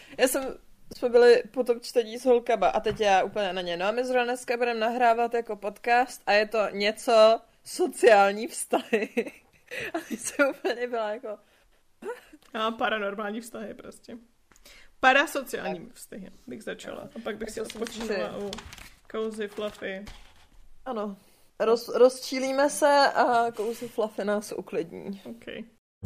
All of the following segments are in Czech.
jsme byli po tom čtení s holkama a teď já úplně na ně. No a my zrovna dneska budeme nahrávat jako podcast a je to něco sociální vztahy. A my jsme úplně byla jako... A paranormální vztahy prostě. Parasociální vztahy bych začala. A pak bych si odpočinula u Cozy Fluffy. Ano. Rozčílíme se a Cozy Fluffy nás uklidní. Okay.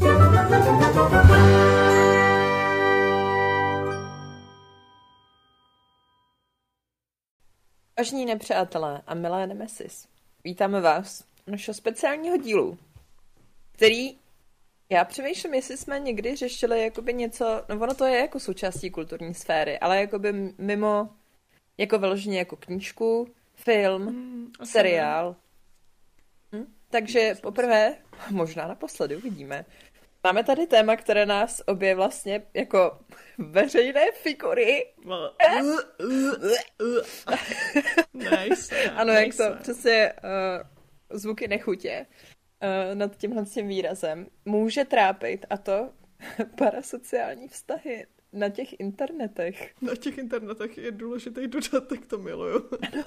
Vážení nepřátelé a milé nemesis, vítáme vás u našeho speciálního dílu, který já přemýšlím, jestli jsme někdy řešili jakoby něco, no ono to je jako součástí kulturní sféry, ale jakoby mimo, jako vyloženě jako knížku, film, seriál. Takže poprvé, možná naposledy, uvidíme. Máme tady téma, které nás obě vlastně jako veřejné figury. Nice. Ano, jak to přesně zvuky nechutě nad tím výrazem může trápit, a to parasociální vztahy na těch internetech. Na těch internetech je důležitý dodatek, to miluju.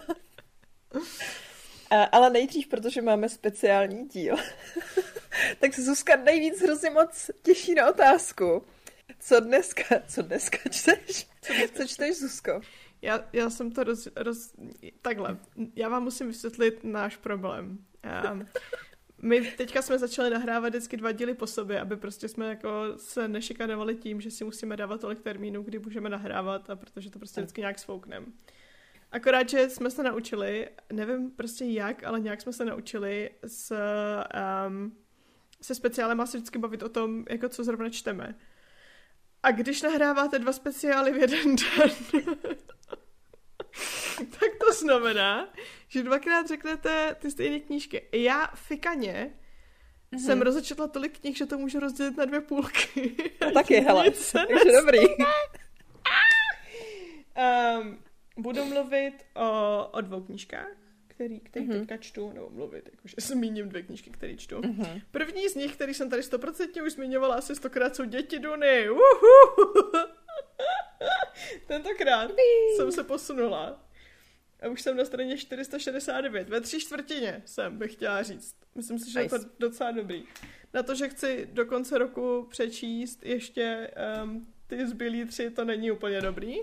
Ale nejdřív, protože máme speciální díl, tak se Zuzka nejvíc hrozně moc těší na otázku. Co dneska čteš? Co čteš, Zuzko? Já jsem to takhle. Já vám musím vysvětlit náš problém. My teďka jsme začali nahrávat vždycky 2 díly po sobě, aby prostě jsme jako se nešikanovali tím, že si musíme dávat tolik termínů, kdy můžeme nahrávat, a protože to prostě vždycky nějak svoukneme. Akorát, že jsme se naučili, nevím prostě jak, ale nějak jsme se naučili se speciálem asi vždycky bavit o tom, jako co zrovna čteme. A když nahráváte 2 speciály v jeden den, tak to znamená, že 2krát řeknete ty stejné knížky. Já fikaně jsem rozečetla tolik knih, že to můžu rozdělit na 2 půlky. Taky, hele, takže dobrý. Budu mluvit o 2 knížkách, který teďka čtu, nebo mluvit, jakože zmíním 2 knížky, které čtu. První z nich, který jsem tady 100% už zmiňovala asi 100krát, jsou Děti Duny. Tentokrát jsem se posunula. A už jsem na straně 469. Ve 3/4 bych chtěla říct. Myslím si, že je to docela dobrý. Na to, že chci do konce roku přečíst ještě ty zbylý 3, to není úplně dobrý.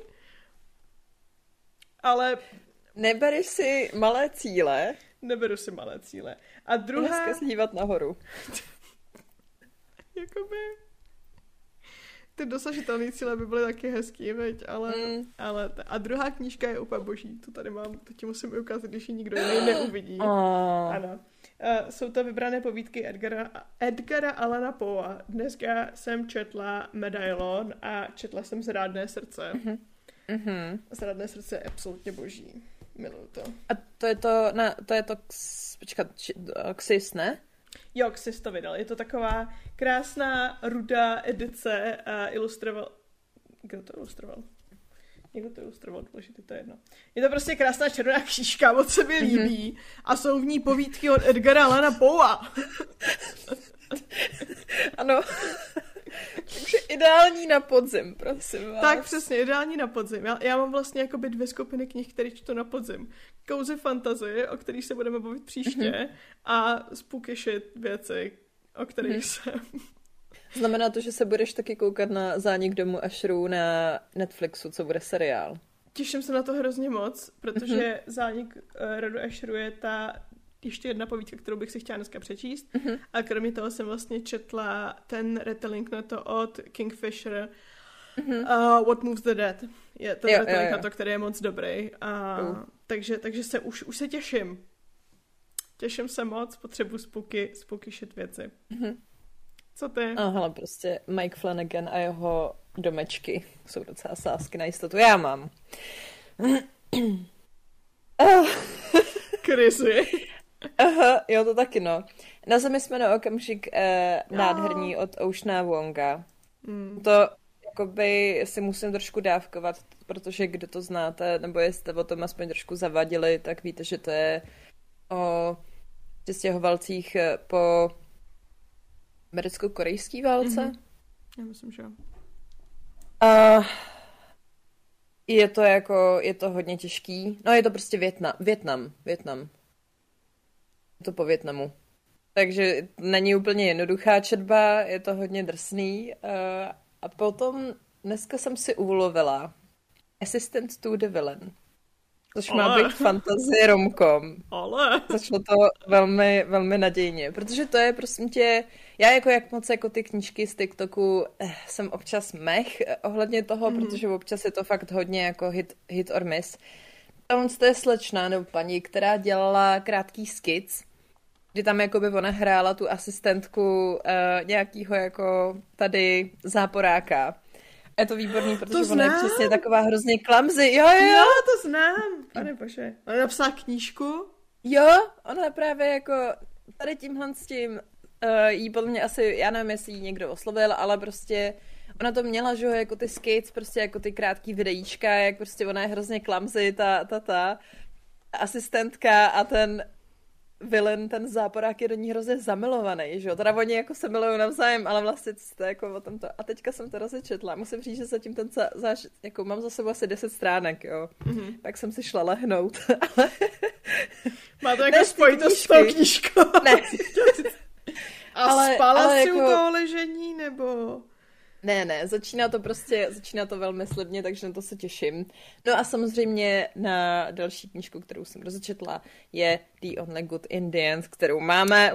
Ale... Neberu si malé cíle. Neberu si malé cíle. A druhá... Dneska slívat nahoru. Jakoby... Ty dosažitelné cíle by byly taky hezký, veď, ale a druhá knížka je úplně boží. To tady mám, to ti musím ukázat, když ji nikdo jiný neuvidí. Ano. Jsou to vybrané povídky Edgara Allana Poea. Dneska jsem četla Medailon a četla jsem Zrádné srdce. Zrádné srdce je absolutně boží. Miluju to. A to je to Xis, ne? Jo, Xis to vydal. Je to taková krásná rudá edice a ilustroval... Kdo to ilustroval? Někdo to ilustroval, důležitý, to je jedno. Je to prostě krásná červená knížka, moc se mi líbí. A jsou v ní povídky od Edgara Allana Poea. Ano. Takže ideální na podzim, prosím vás. Tak přesně, ideální na podzim. Já mám vlastně jakoby 2 skupiny knih, které čtu na podzim. Cozy fantasy, o kterých se budeme bavit příště, a spooky shit věci, o kterých jsem. Znamená to, že se budeš taky koukat na Zánik domu Asherů na Netflixu, co bude seriál. Těším se na to hrozně moc, protože Zánik rodu Asherů je ta ještě jedna povídka, kterou bych si chtěla dneska přečíst. A kromě toho jsem vlastně četla ten retelling na to od Kingfisher, What Moves the Dead. Je to retelling na to, který je moc dobrý. Takže se už se těším. Těším se moc, potřebuji spooky shit věci. Co ty? Hele, prostě Mike Flanagan a jeho domečky jsou docela sázky na jistotu. Já mám. Krizi. Aha, jo, to taky, no. Na zemi jsme na okamžik nádherní od Oceana Wonga. To jakoby si musím trošku dávkovat, protože kdo to znáte, nebo jestli o tom aspoň trošku zavadili, tak víte, že to je o přistěhovalcích po americko-korejský válce. Já myslím, že jo. je to hodně těžký. No je to prostě Vietnam. Je to po Vietnamu. Takže není úplně jednoduchá četba, je to hodně drsný. A potom dneska jsem si uvolovila Assistant to the Villain. Což má být fantasy romcom. Ale. Začalo to velmi, velmi nadějně, protože to je prosím tě, já jak moc jako ty knížky z TikToku jsem občas mech ohledně toho, protože občas je to fakt hodně jako hit or miss. Tam to je slečna nebo paní, která dělala krátký skic, kdy tam jakoby ona hrála tu asistentku nějakýho jako tady záporáka. Je to výborný, protože ona je přesně taková hrozně clumsy. Jo, to znám. Pane bože. Ona napsala knížku? Jo, ona právě jako tady tímhle s tím jí podle mě asi, já nevím, jestli jí někdo oslovil, ale prostě ona to měla, že jo, jako ty skates, prostě jako ty krátký videíčka, jak prostě ona je hrozně clumsy, ta asistentka a ten villain, ten záporák je do ní hrozně zamilovaný, že jo? Teda oni jako se milují navzájem, ale vlastně to jako o tomto. A teďka jsem to rozečetla. Musím říct, že zatím ten jako mám za sebou asi 10 stránek, jo. Tak jsem si šla lehnout. Má to jako spojitost s tou knížkou? Ne. A spala si jako... u toho ležení, nebo... Ne, začíná to velmi slibně, takže na to se těším. No a samozřejmě na další knížku, kterou jsem rozečetla, je The Only Good Indians, kterou máme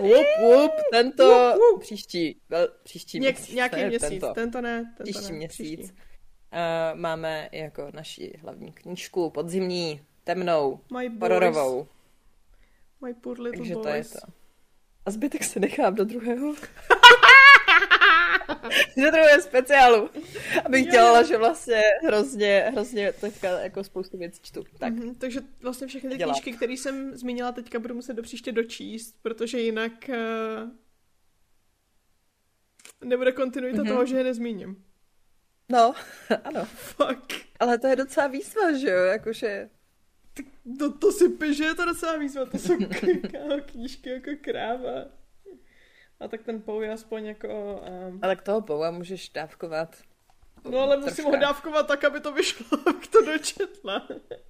příští měsíc. Nějaký měsíc, tento ne. Příští měsíc. Máme jako naši hlavní knížku, podzimní, temnou, hororovou. My poor little takže boys. To je to. A zbytek se nechám do druhého. Do druhého speciálu. Abych dělala, že vlastně hrozně teďka jako spoustu věcí čtu. Tak. Takže vlastně všechny ty knížky, které jsem zmínila teďka, budu muset do příště dočíst, protože jinak nebude kontinuita toho, že je nezmíním. No, ano. Fuck. Ale to je docela výzva, že jo? Jakože... To si píše, je to docela výzva. To jsou knížky jako kráva. A tak ten pou je aspoň jako... Ale k toho poua můžeš dávkovat. No ale musím ho dávkovat tak, aby to vyšlo, abych to dočetla.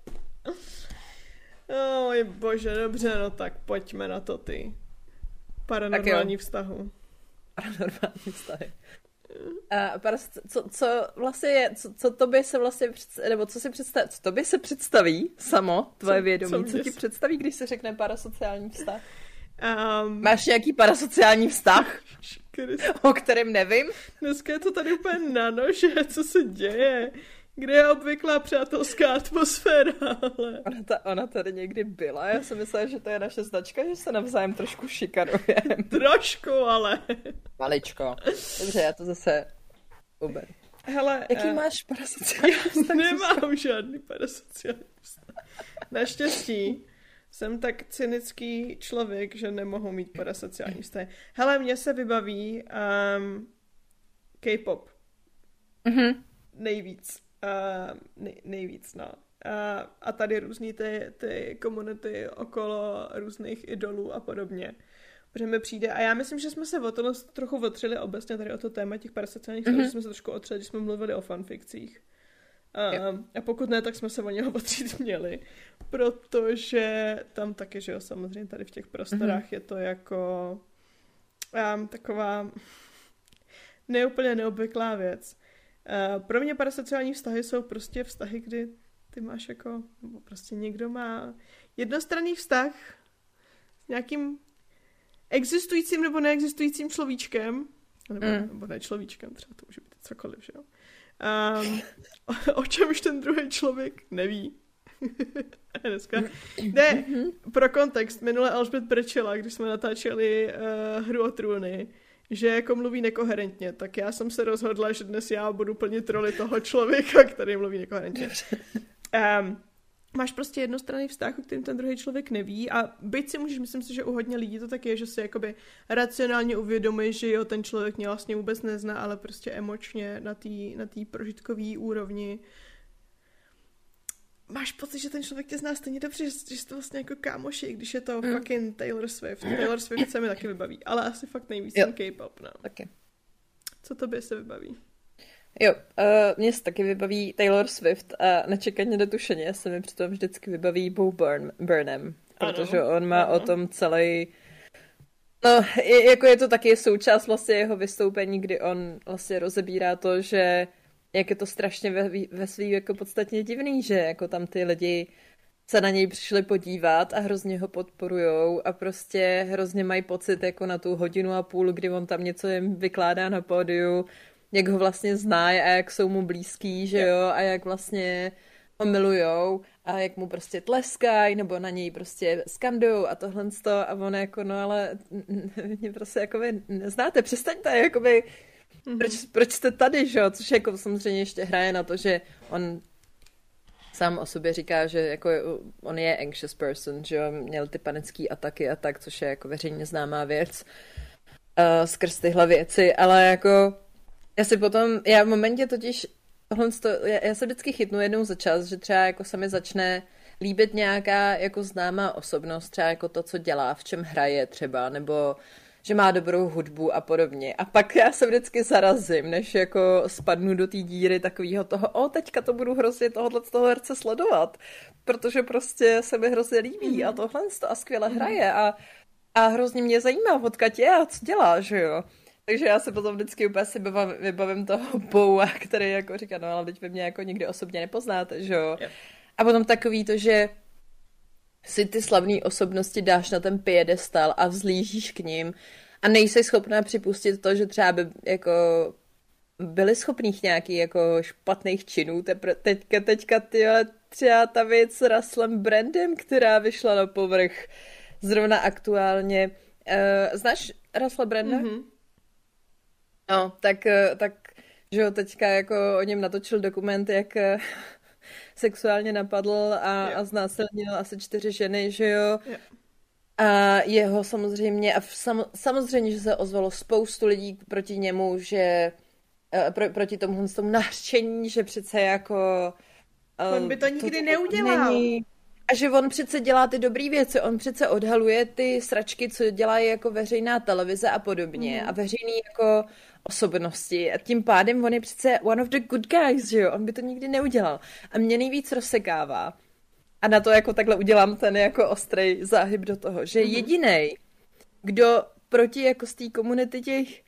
Oj bože, dobře, no tak pojďme na to ty. Paranormální vztahu. Paranormální vztahy. Co vlastně je, co tobě se vlastně, nebo co tobě se představí samo, tvoje vědomí, co ti představí, když se řekne parasociální vztah? Máš nějaký parasociální vztah, o kterém nevím? Dneska je to tady úplně na nože, co se děje. Kde je obvyklá přátelská atmosféra, ale... Ona tady někdy byla, já jsem myslela, že to je naše značka, že se navzájem trošku šikanujeme. Trošku, ale... Maličko. Dobře, já to zase uber. Hele... Jaký máš parasociální vztah? Nemám žádný parasociální vztah. Naštěstí jsem tak cynický člověk, že nemohu mít parasociální vztahy. Hele, mně se vybaví K-pop. Nejvíc. Nejvíc, no. A tady různý ty komunity okolo různých idolů a podobně. Protože mi přijde, a já myslím, že jsme se o to trochu otřeli obecně tady o to téma těch parasociálních vztahů, že jsme se trošku otřeli, když jsme mluvili o fanfikcích. A pokud ne, tak jsme se o něho otřít měli. Protože tam taky, že jo, samozřejmě tady v těch prostorách je to jako taková neúplně neobvyklá věc. Pro mě parasociální vztahy jsou prostě vztahy, kdy ty máš jako, nebo prostě někdo má jednostranný vztah s nějakým existujícím nebo neexistujícím človíčkem, nebo ne človíčkem, třeba to může být cokoliv, že jo. O čemž ten druhý člověk neví. Dneska. Ne, pro kontext, minule Alžbět brečela, když jsme natáčeli Hru o trůny, že jako mluví nekoherentně, tak já jsem se rozhodla, že dnes já budu plnit roli toho člověka, který mluví nekoherentně. Máš prostě jednostranný vztah, o kterým ten druhý člověk neví a byť si můžeš, myslím si, že u hodně lidí to tak je, že si jakoby racionálně uvědomíš, že jo, ten člověk mě vlastně vůbec nezná, ale prostě emočně na té prožitkové úrovni máš pocit, že ten člověk tě zná stejně dobře, že jste vlastně jako kámoši, když je to fucking Taylor Swift. Taylor Swift se mi taky vybaví, ale asi fakt nejvíc ten K-pop, no. Taky. Co tobě se vybaví? Jo, mě se taky vybaví Taylor Swift a nečekaně netušeně se mi přitom vždycky vybaví Bo Burnham, protože on má o tom celý. No, jako je to taky součást vlastně jeho vystoupení, kdy on vlastně rozebírá to, že jak je to strašně ve svým jako podstatně divný, že jako tam ty lidi se na něj přišli podívat a hrozně ho podporujou a prostě hrozně mají pocit jako na tu hodinu a půl, kdy on tam něco jim vykládá na pódiu, jak ho vlastně znají a jak jsou mu blízký, že jo, a jak vlastně ho milujou a jak mu prostě tleskají nebo na něj prostě skandujou a tohle a on jako, no ale mě prostě jako vy neznáte, přestaňte, jakoby, proč jste tady, že jo, což jako samozřejmě ještě hraje na to, že on sám o sobě říká, že jako on je anxious person, že jo, měl ty panické ataky a tak, což je jako veřejně známá věc skrz tyhle věci, ale jako já v momentě totiž já se vždycky chytnu jednou za čas, že třeba jako se mi začne líbit nějaká jako známá osobnost, třeba jako to, co dělá, v čem hraje třeba, nebo že má dobrou hudbu a podobně. A pak já se vždycky zarazím, než jako spadnu do té díry takového toho, teďka to budu hrozně z toho herce sledovat, protože prostě se mi hrozně líbí a tohle a skvěle hraje a hrozně mě zajímá, odkud je a co dělá, že jo. Takže já se potom vždycky úplně si vybavím toho Boua, který jako říká, no ale teď vy mě jako nikdy osobně nepoznáte, že jo. Yep. A potom takový to, že si ty slavné osobnosti dáš na ten piedestal a vzlížíš k ním a nejsi schopná připustit to, že třeba by jako byli schopných nějakých jako špatných činů. Teďka třeba ta věc s Russellem Brandem, která vyšla na povrch zrovna aktuálně. Znáš Russella Branda? Mm-hmm. No, tak, že jo, teďka jako o něm natočil dokument, jak sexuálně napadl a znásilnil asi 4 ženy, že jo. Yeah. A jeho samozřejmě, samozřejmě, že se ozvalo spoustu lidí proti němu, že proti tomu nařčení, že přece jako on by to nikdy neudělal. A že on přece dělá ty dobrý věci, on přece odhaluje ty sračky, co dělají jako veřejná televize a podobně a veřejný jako osobnosti a tím pádem on je přece one of the good guys, že jo, on by to nikdy neudělal. A mě nejvíc rozsekává a na to jako takhle udělám ten jako ostrej záhyb do toho, že jedinej, kdo proti jako z té komunity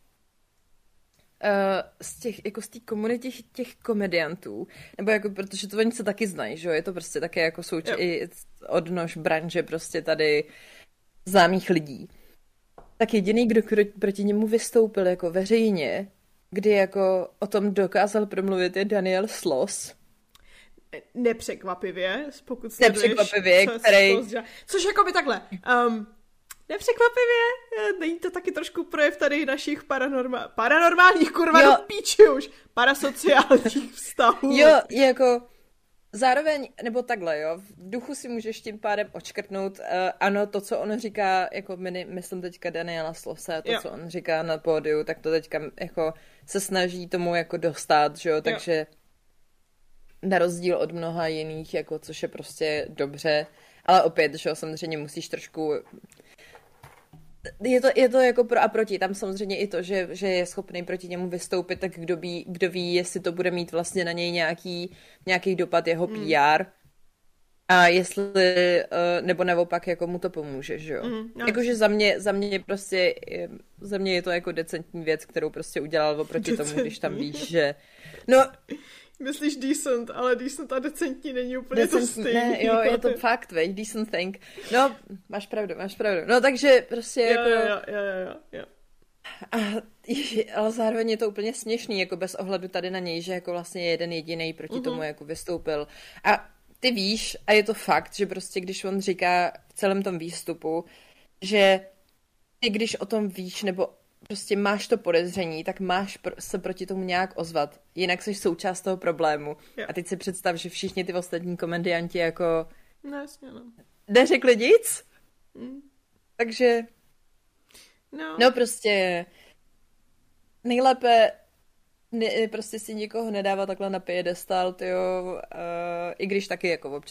z té komunity těch komediantů, nebo jako, protože to oni se taky znají, že jo, je to prostě také jako i odnož branže prostě tady známých lidí. Tak jediný, kdo proti němu vystoupil jako veřejně, kdy jako o tom dokázal promluvit, je Daniel Sloss. Nepřekvapivě, pokud Nepřekvapivě, který... Což jako by takhle... Nepřekvapivě, není to taky trošku projev tady našich paranormálních kurva do píči už, parasociálních vztahů. Jo, jako zároveň, nebo takhle, jo, v duchu si můžeš tím pádem odškrtnout, ano, to, co on říká, jako myslím teďka Daniela Slosse, to, co on říká na pódiu, tak to teďka jako se snaží tomu jako dostat, že jo, takže na rozdíl od mnoha jiných, jako, což je prostě dobře, ale opět, že jo, samozřejmě musíš trošku... Je to jako pro a proti. Tam samozřejmě i to, že je schopný proti němu vystoupit, tak kdo ví, jestli to bude mít vlastně na něj nějaký dopad jeho PR. A jestli, nebo naopak, jako mu to pomůže, že jo. Jakože za mě prostě, za mě je to jako decentní věc, kterou prostě udělal oproti tomu, když tam víš, že... No... Myslíš decent, ale decent a decentní není úplně to stejný. Ne, jo, je to fakt, veď, decent thing. No, máš pravdu. No, takže prostě jako... Jo. Ale zároveň je to úplně směšný, jako bez ohledu tady na něj, že jako vlastně jeden jedinej proti tomu jako vystoupil. A ty víš, a je to fakt, že prostě když on říká v celém tom výstupu, že ty když o tom víš, nebo prostě máš to podezření, tak máš se proti tomu nějak ozvat. Jinak jsi součást toho problému. Jo. A teď si představ, že všichni ty ostatní komedianti jako... No, jasně, no. Neřekli nic? Takže... No, prostě... Nejlépe prostě si nikoho nedává takhle na piedestal, tyjo. I když taky jako občas si to jako dělám trošku, no, samozřejmě.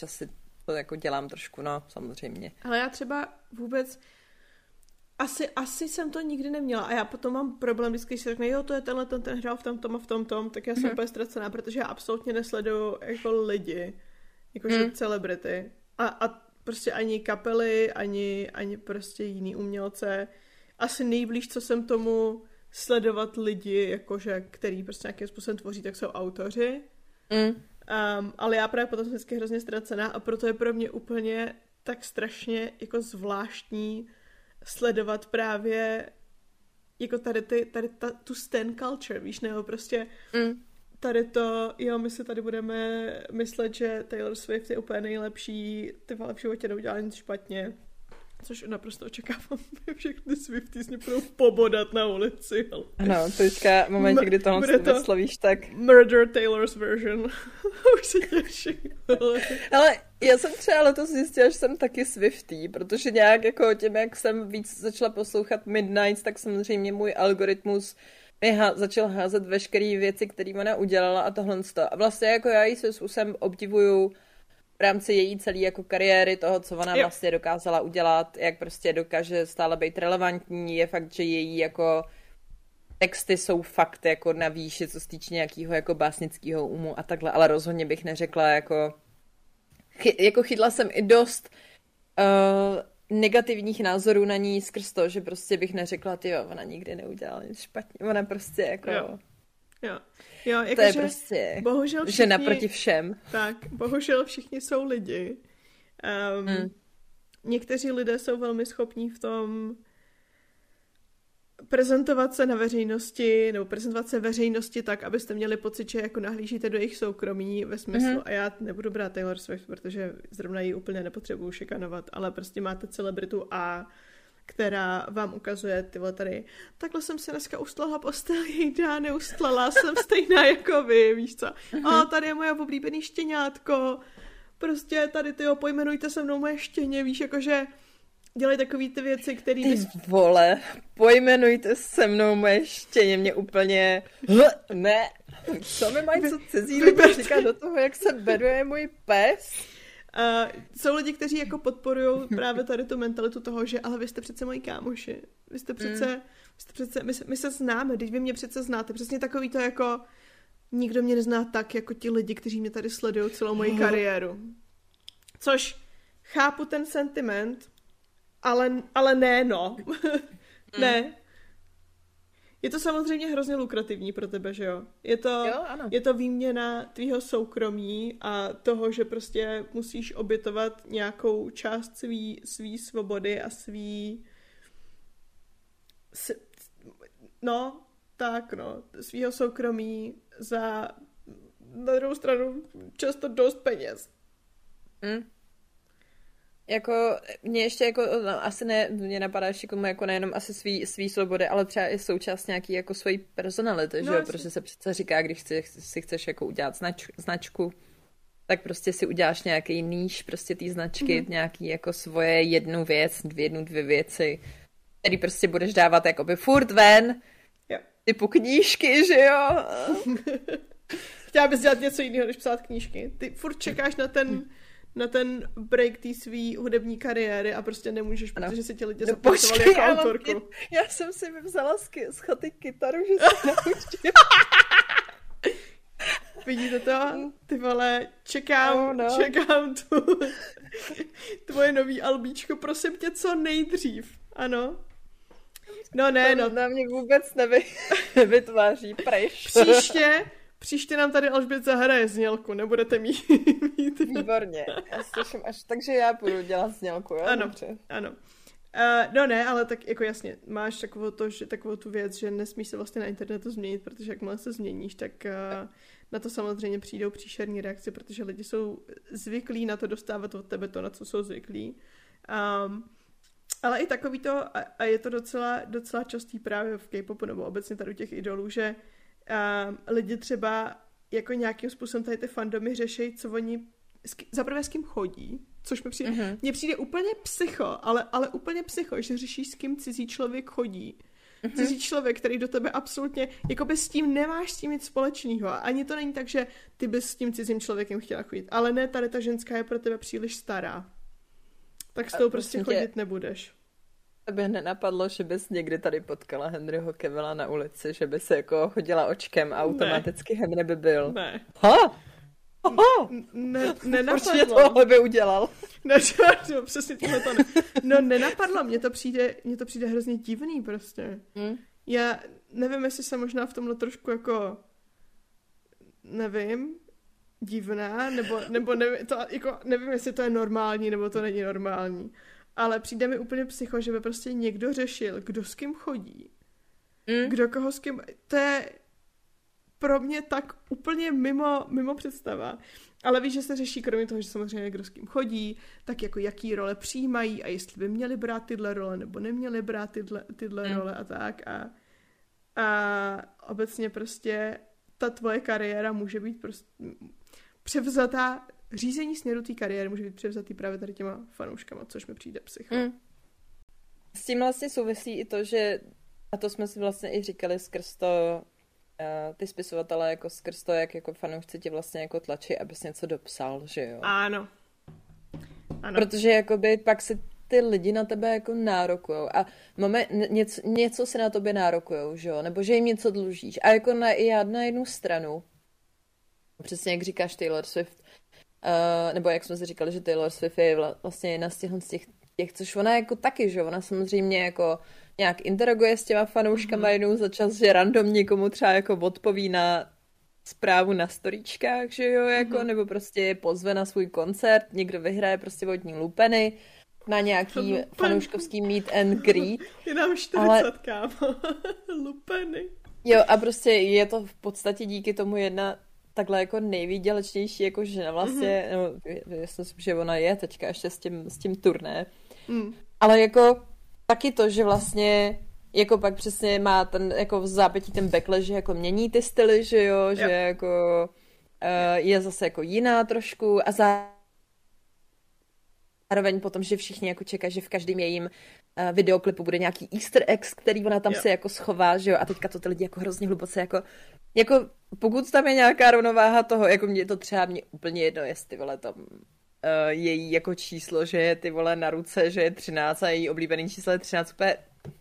Ale já třeba vůbec... Asi jsem to nikdy neměla a já potom mám problém, když si řekne, jo, to je ten hrál v tomtom a v tomtom, tak já jsem úplně ztracená, protože já absolutně nesleduju jako lidi, jakože celebrity a prostě ani kapely, ani prostě jiný umělce. Asi nejblíž, co jsem tomu sledovat lidi, jakože, který prostě nějakým způsobem tvoří, tak jsou autoři. Ale já právě potom jsem vždycky hrozně ztracená a proto je pro mě úplně tak strašně jako zvláštní sledovat právě jako tady tu stan culture, víš, nebo prostě tady to, jo, my si tady budeme myslet, že Taylor Swift je úplně nejlepší, ty vole v životě neudělala nic špatně, což naprosto očekávám, všechny Swifties mě budou pobodat na ulici. Ale... Ano, teďka v momentě, kdy tohle vyslovíš, tak... Murder Taylor's version. Už se těším. Ale já jsem třeba letos zjistila, že jsem taky Swiftie, protože nějak jako tím, jak jsem víc začala poslouchat Midnights, tak samozřejmě můj algoritmus mi začal házet veškeré věci, které ona udělala a tohle. A vlastně jako já ji se způsobem obdivuju v rámci její celé jako kariéry, toho, co ona vlastně dokázala udělat, jak prostě dokáže stále být relevantní, je fakt, že její jako texty jsou fakt jako na výši, co se týče nějakého jako básnického umu a takhle, ale rozhodně bych neřekla jako chytla jsem i dost negativních názorů na ní skrz to, že prostě bych neřekla, tyjo, ona nikdy neudělala nic špatně, ona prostě jako... Jo, jako to je prostě bohužel všichni, žena proti všem. Tak, bohužel všichni jsou lidi. Někteří lidé jsou velmi schopní v tom prezentovat se na veřejnosti, nebo prezentovat se veřejnosti tak, abyste měli pocit, že jako nahlížíte do jejich soukromí ve smyslu, a já nebudu brát Taylor Swift, protože zrovna ji úplně nepotřebuju šikanovat, ale prostě máte celebritu A, která vám ukazuje, ty vole tady, takhle jsem si dneska ustlala postel, jejda, neustlala, jsem stejná jako vy, víš co. A tady je moje oblíbený štěňátko, prostě tady, tyjo, pojmenujte se mnou moje štěně, víš, jakože dělají takový ty věci, který... Ty vole, pojmenujte se mnou moje štěně, mě úplně... Ne, co mi mají co cizí lidi říkat do toho, jak se jmenuje můj pes? Jsou lidi, kteří jako podporují právě tady tu mentalitu toho, že ale vy jste přece moji kámoši. Vy jste přece my se známe, teď vy mě přece znáte. Přesně takový to jako nikdo mě nezná tak, jako ti lidi, kteří mě tady sledují celou moji kariéru. Což chápu ten sentiment, ale ne, no. Ne. Je to samozřejmě hrozně lukrativní pro tebe, že jo? Je to výměna tvýho soukromí a toho, že prostě musíš obětovat nějakou část svý svobody a svýho soukromí za na druhou stranu často dost peněz. Jako, mě ještě jako, no, asi ne, mě napadá ještě komu jako nejenom asi svý svobody, ale třeba i součást nějaký jako svojí personality, že jo, protože se přece říká, když si chceš jako udělat značku, tak prostě si uděláš nějaký níž prostě té značky, nějaký jako svoje jednu věc, dvě věci, který prostě budeš dávat jakoby furt ven, typu knížky, že jo. Chtěla bys dělat něco jiného, než psát knížky. Ty furt čekáš na ten break té svý hudební kariéry a prostě nemůžeš, protože si ti lidi zapisovali jako autorku. Já jsem si vzala z chaty kytaru, že se naučím. Vidíte to? Ty vole, čekám tvoje nový albíčko, prosím tě, co nejdřív. Ano? No ne, no. Na mě vůbec nevytváří pryč. Příště nám tady Alžbět zahraje znělku, nebudete mít. Výborně, já slyším takže já půjdu dělat znělku, jo? Ano. No ne, ale tak jako jasně, máš takovou tu věc, že nesmíš se vlastně na internetu změnit, protože jakmile se změníš, tak na to samozřejmě přijdou příšerní reakce, protože lidi jsou zvyklí na to dostávat od tebe to, na co jsou zvyklí. Ale i takový to, a je to docela častý právě v K-popu, nebo obecně tady u těch idolů, že lidi třeba jako nějakým způsobem tady ty fandomy řeší, co oni zaprvé s kým chodí, což mi přijde, mně přijde úplně psycho, ale úplně psycho, že řešíš, s kým cizí člověk chodí. Cizí člověk, který do tebe absolutně, jakoby s tím nemáš s tím nic společného. Ani to není tak, že ty bys s tím cizím člověkem chtěla chodit. Ale ne, tady ta ženská je pro tebe příliš stará. Tak s tou prostě chodit nebudeš. Tebe nenapadlo, že bys někdy tady potkala Henryho Cavilla na ulici, že by se jako chodila očkem a automaticky Henry by byl. Ne. Ha! Nenapadlo. Určitě tohle by udělal. No, přesně tohle to ne. No, nenapadlo, mně to přijde hrozně divný prostě. Já nevím, jestli jsem možná v tomhle trošku jako, nevím, divná, nebo nevím, to, jako, nevím, jestli to je normální, nebo to není normální. Ale přijde mi úplně psycho, že by prostě někdo řešil, kdo s kým chodí. Kdo koho s kým... To je pro mě tak úplně mimo představa. Ale víš, že se řeší kromě toho, že samozřejmě kdo s kým chodí, tak jako jaký role přijímají a jestli by měli brát tyhle role nebo neměli brát tyhle role a tak. A obecně prostě ta tvoje kariéra může být prostě převzatá, řízení směru té kariéry může být převzatý právě tady těma fanouškama, což mi přijde psycho. S tím vlastně souvisí i to, že, a to jsme si vlastně i říkali skrz to, ty spisovatele jako skrz to, jak jako fanoušci tě vlastně jako tlačí, abys něco dopsal, že jo? Ano. Protože jakoby pak si ty lidi na tebe jako nárokujou a něco si na tobě nárokujou, že jo? Nebo že jim něco dlužíš. A jako já na jednu stranu, přesně jak říkáš Taylor Swift, nebo jak jsme si říkali, že Taylor Swift je vlastně jedna z těch, což ona jako taky, že ona samozřejmě jako nějak interaguje s těma fanouškama jednou za čas, že random někomu třeba jako odpoví na zprávu na storíčkách, že jo, jako, nebo prostě pozve na svůj koncert, někdo vyhraje prostě vodní lupeny na nějaký fanouškovský meet and greet. Je nám 40, kámo. Lupeny. Jo, a prostě je to v podstatě díky tomu jedna takhle jako nejvýdělečnější jako žena vlastně, no, já si myslím, že ona je teďka ještě s tím turné. Ale jako taky to, že vlastně jako pak přesně má ten jako v zápětí ten backlash, že jako mění ty styly, že jo, že jako je zase jako jiná trošku a zároveň potom, že všichni jako čekají, že v každém jejím videoklipu bude nějaký easter eggs, který ona tam si jako schová, že jo, a teďka to ty lidi jako hrozně hluboce jako pokud tam je nějaká rovnováha toho, jako mě to třeba úplně jedno, jestli vole tam její jako číslo, že je ty vole na ruce, že je 13 a její oblíbený číslo je 13, úplně...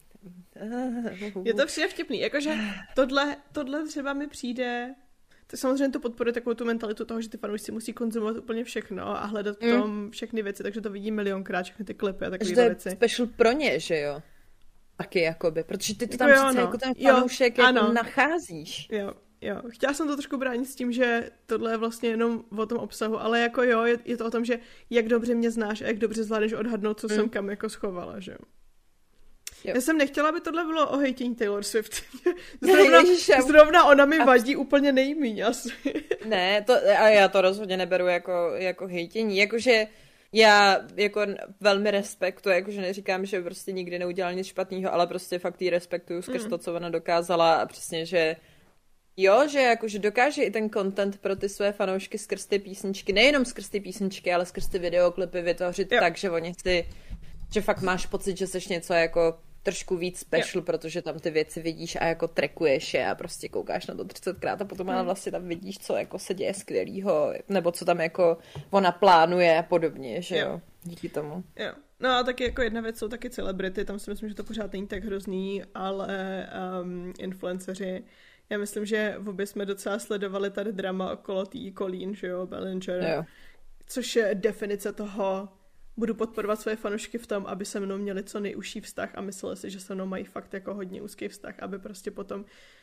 Je to přijde vtipný, jakože tohle třeba mi přijde, to samozřejmě to podporuje takovou tu mentalitu toho, že ty fanoušci musí konzumovat úplně všechno a hledat v tom všechny věci, takže to vidí milionkrát, všechny ty klipy a takové věci. To je special pro ně, že jo? Taky jakoby, protože ty to tam přece jako ten fanoušek jako nacházíš. Jo, chtěla jsem to trošku bránit s tím, že tohle je vlastně jenom o tom obsahu, ale jako jo, je to o tom, že jak dobře mě znáš a jak dobře zvládneš odhadnout, co jsem kam jako schovala, že jo. Já jsem nechtěla, aby tohle bylo o hejtění Taylor Swift. Zrovna ona mi vadí úplně nejmíň asi. Ne, a já to rozhodně neberu jako hejtění, jakože já jako velmi respektuji, jakože neříkám, že prostě nikdy neudělal nic špatného, ale prostě fakt jí respektuju skrz to, co ona dokázala a přesně, že jo, že jakože dokáže i ten content pro ty své fanoušky skrz ty písničky, nejenom skrz ty písničky, ale skrz ty videoklipy vytvořit tak, že oni že fakt máš pocit, že seš něco jako trošku víc special, protože tam ty věci vidíš a jako trackuješ je a prostě koukáš na to 30krát a potom ale vlastně tam vidíš, co jako se děje skvělýho, nebo co tam jako ona plánuje a podobně, že jo, díky tomu. Jo. No a taky jako jedna věc jsou taky celebrity, tam si myslím, že to pořád není tak hrozný, ale influenceři, já myslím, že obě jsme docela sledovali tady drama okolo tý Colleen, že jo, Bellinger, což je definice toho, budu podporovat své fanoušky v tom, aby se mnou měli co nejužší vztah a mysleli si, že se mnou mají fakt jako hodně úzký vztah, aby prostě potom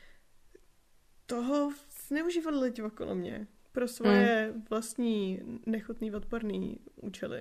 toho zneužívali lidi okolo mě pro svoje vlastní nechutný odporný účely.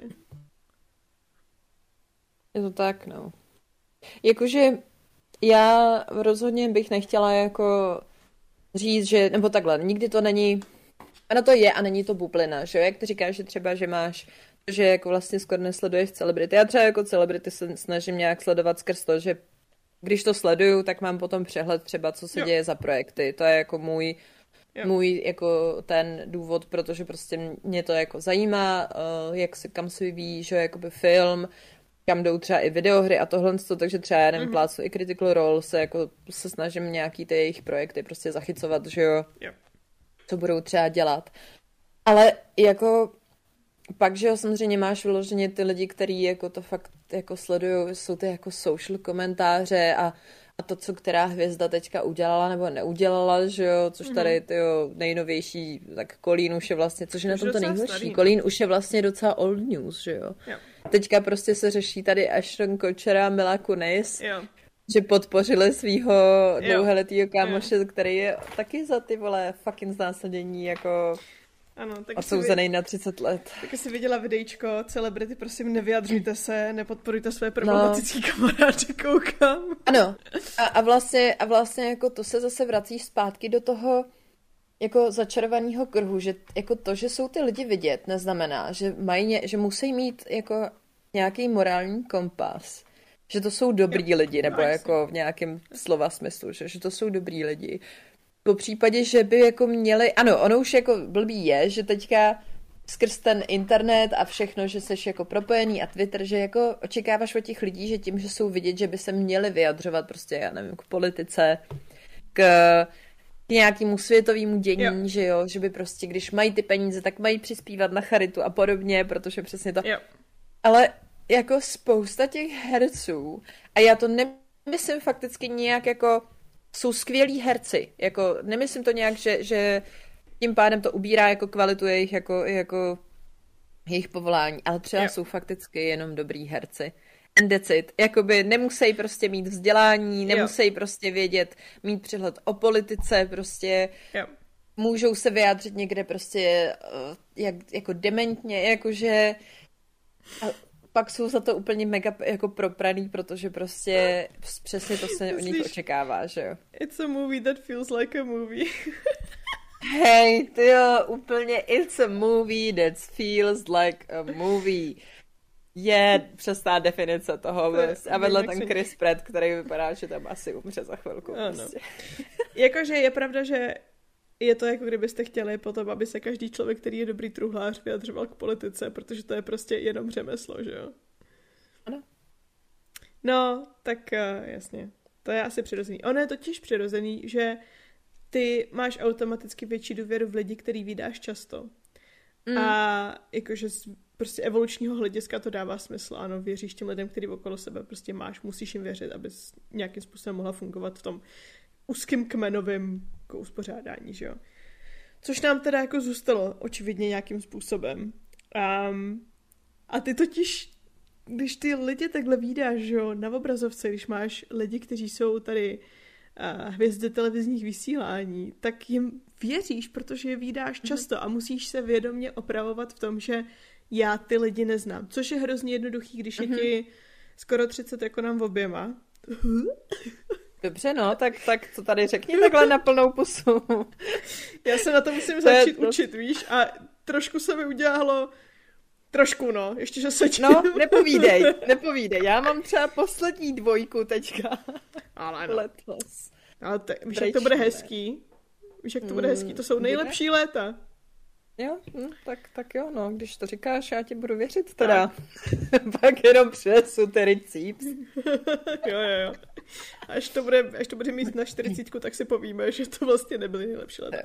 Je to tak, no. Jakože já rozhodně bych nechtěla jako říct, že, nebo takhle, nikdy to není, ono to je a není to bublina, že jo, jak ty říkáš, že třeba, že máš, že jako vlastně skoro nesleduješ celebrity. Já třeba jako celebrity se snažím nějak sledovat skrz to, že když to sleduju, tak mám potom přehled třeba, co se děje za projekty. To je jako můj jako ten důvod, protože prostě mě to jako zajímá, kam se vyvíjí, že jakoby film, kam jdou třeba i videohry a tohle, takže třeba já nevím, plácu i Critical Role se snažím nějaký ty jejich projekty prostě zachycovat, že jo, co budou třeba dělat. Ale jako pak, že jo, samozřejmě máš vyloženě ty lidi, který jako to fakt jako sleduju, jsou ty jako social komentáře a to, co která hvězda teďka udělala nebo neudělala, že jo, což tady tyjo, nejnovější, tak Colleen už je vlastně, což je na tom to nejhorší. Colleen už je vlastně docela old news, že jo. Teďka prostě se řeší tady Ashton Kutcher a Mila Kunis, že podpořili svýho dlouholetýho kámoše, který je taky za ty vole fucking znásilnění jako odsouzený na 30 let. Taky jsi viděla videjčko, celebrity, prosím, nevyjadřujte se, nepodporujte své problematické kamarády, koukám. Ano. A vlastně jako to se zase vrací zpátky do toho jako začarovaného kruhu, že jako to, že jsou ty lidi vidět, neznamená, že že musí mít jako nějaký morální kompas. Že to jsou dobrý lidi, nebo jako v nějakém slova smyslu, že to jsou dobrý lidi. Po případě, že by jako měli, ano, ono už jako blbý je, že teďka skrz ten internet a všechno, že seš jako propojený a Twitter, že jako očekáváš od těch lidí, že tím, že jsou vidět, že by se měli vyjadřovat prostě, já nevím, k politice, k nějakému světovému dění, že jo, že by prostě, když mají ty peníze, tak mají přispívat na charitu a podobně, protože přesně to. Ale jako spousta těch herců, a já to nemyslím fakticky nějak jako, jsou skvělí herci, jako nemyslím to nějak, že tím pádem to ubírá jako kvalitu jejich, jako jejich povolání, ale třeba jsou fakticky jenom dobrý herci. And that's it. Jakoby nemusí prostě mít vzdělání, nemusí prostě vědět, mít přehled o politice, prostě můžou se vyjádřit někde prostě jako dementně, jakože pak jsou za to úplně mega jako propraný, protože prostě přesně to se o nich očekává, že jo. It's a movie that feels like a movie. Hej, tyjo, úplně it's a movie that feels like a movie. Je přesná definice toho. A vedle ten Chris Pratt, který vypadá, že tam asi umře za chvilku. Prostě. Jakože je pravda, že je to jako kdybyste chtěli potom, aby se každý člověk, který je dobrý truhlář, vyjadřoval k politice, protože to je prostě jenom řemeslo, že jo? Ano. No, tak jasně. To je asi přirozený. Ono je totiž přirozený, že ty máš automaticky větší důvěru v lidi, který vydáš často. A jakože prostě evolučního hlediska to dává smysl. Ano, věříš těm lidem, který okolo sebe prostě máš, musíš jim věřit, abys nějakým způsobem mohla fungovat v tom úzkým kmenovým jako uspořádání, že jo. Což nám teda jako zůstalo očividně nějakým způsobem. A ty totiž, když ty lidi takhle vídáš, že jo, na obrazovce, když máš lidi, kteří jsou tady hvězdy televizních vysílání, tak jim věříš, protože je vídáš často a musíš se vědomě opravovat v tom, že já ty lidi neznám. Což je hrozně jednoduchý, když je ti skoro 30 jako nám oběma. Dobře, no, tak to tady řekni takhle na plnou pusu. Já se na to musím začít učit, víš, a trošku se mi udělalo, no, ještě, že se No, nepovídej, já mám třeba poslední 2 teďka. Ale no. Letos. Ale víš, jak to bude hezký? Víš, jak to bude hezký? To jsou nejlepší léta. Jo, tak jo, no, když to říkáš, já ti budu věřit teda. Pak jenom přesu tedy cíps. Jo. Až to bude mít na 40, tak si povíme, že to vlastně nebyly nejlepší léta.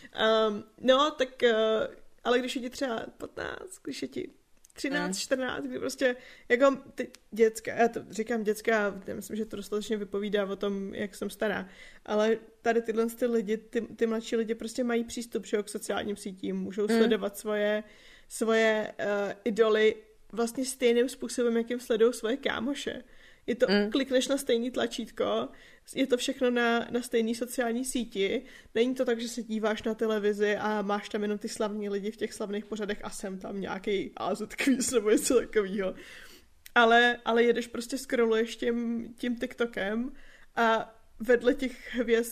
No, tak, ale když je ti třeba 15, když je ti 13, 14, kdy prostě, jako ty děcka, já to říkám děcka, já myslím, že to dostatečně vypovídá o tom, jak jsem stará, ale tady tyhle lidi, ty mladší lidi prostě mají přístup, že jo, k sociálním sítím, můžou sledovat svoje idoly vlastně stejným způsobem, jakým sledují svoje kámoše. Je to, klikneš na stejný tlačítko, je to všechno na stejné sociální síti. Není to tak, že se díváš na televizi a máš tam jenom ty slavní lidi v těch slavných pořadech a jsem tam nějaký AZ quiz nebo něco takového. Ale jedeš prostě scrolluješ tím TikTokem a vedle těch hvězd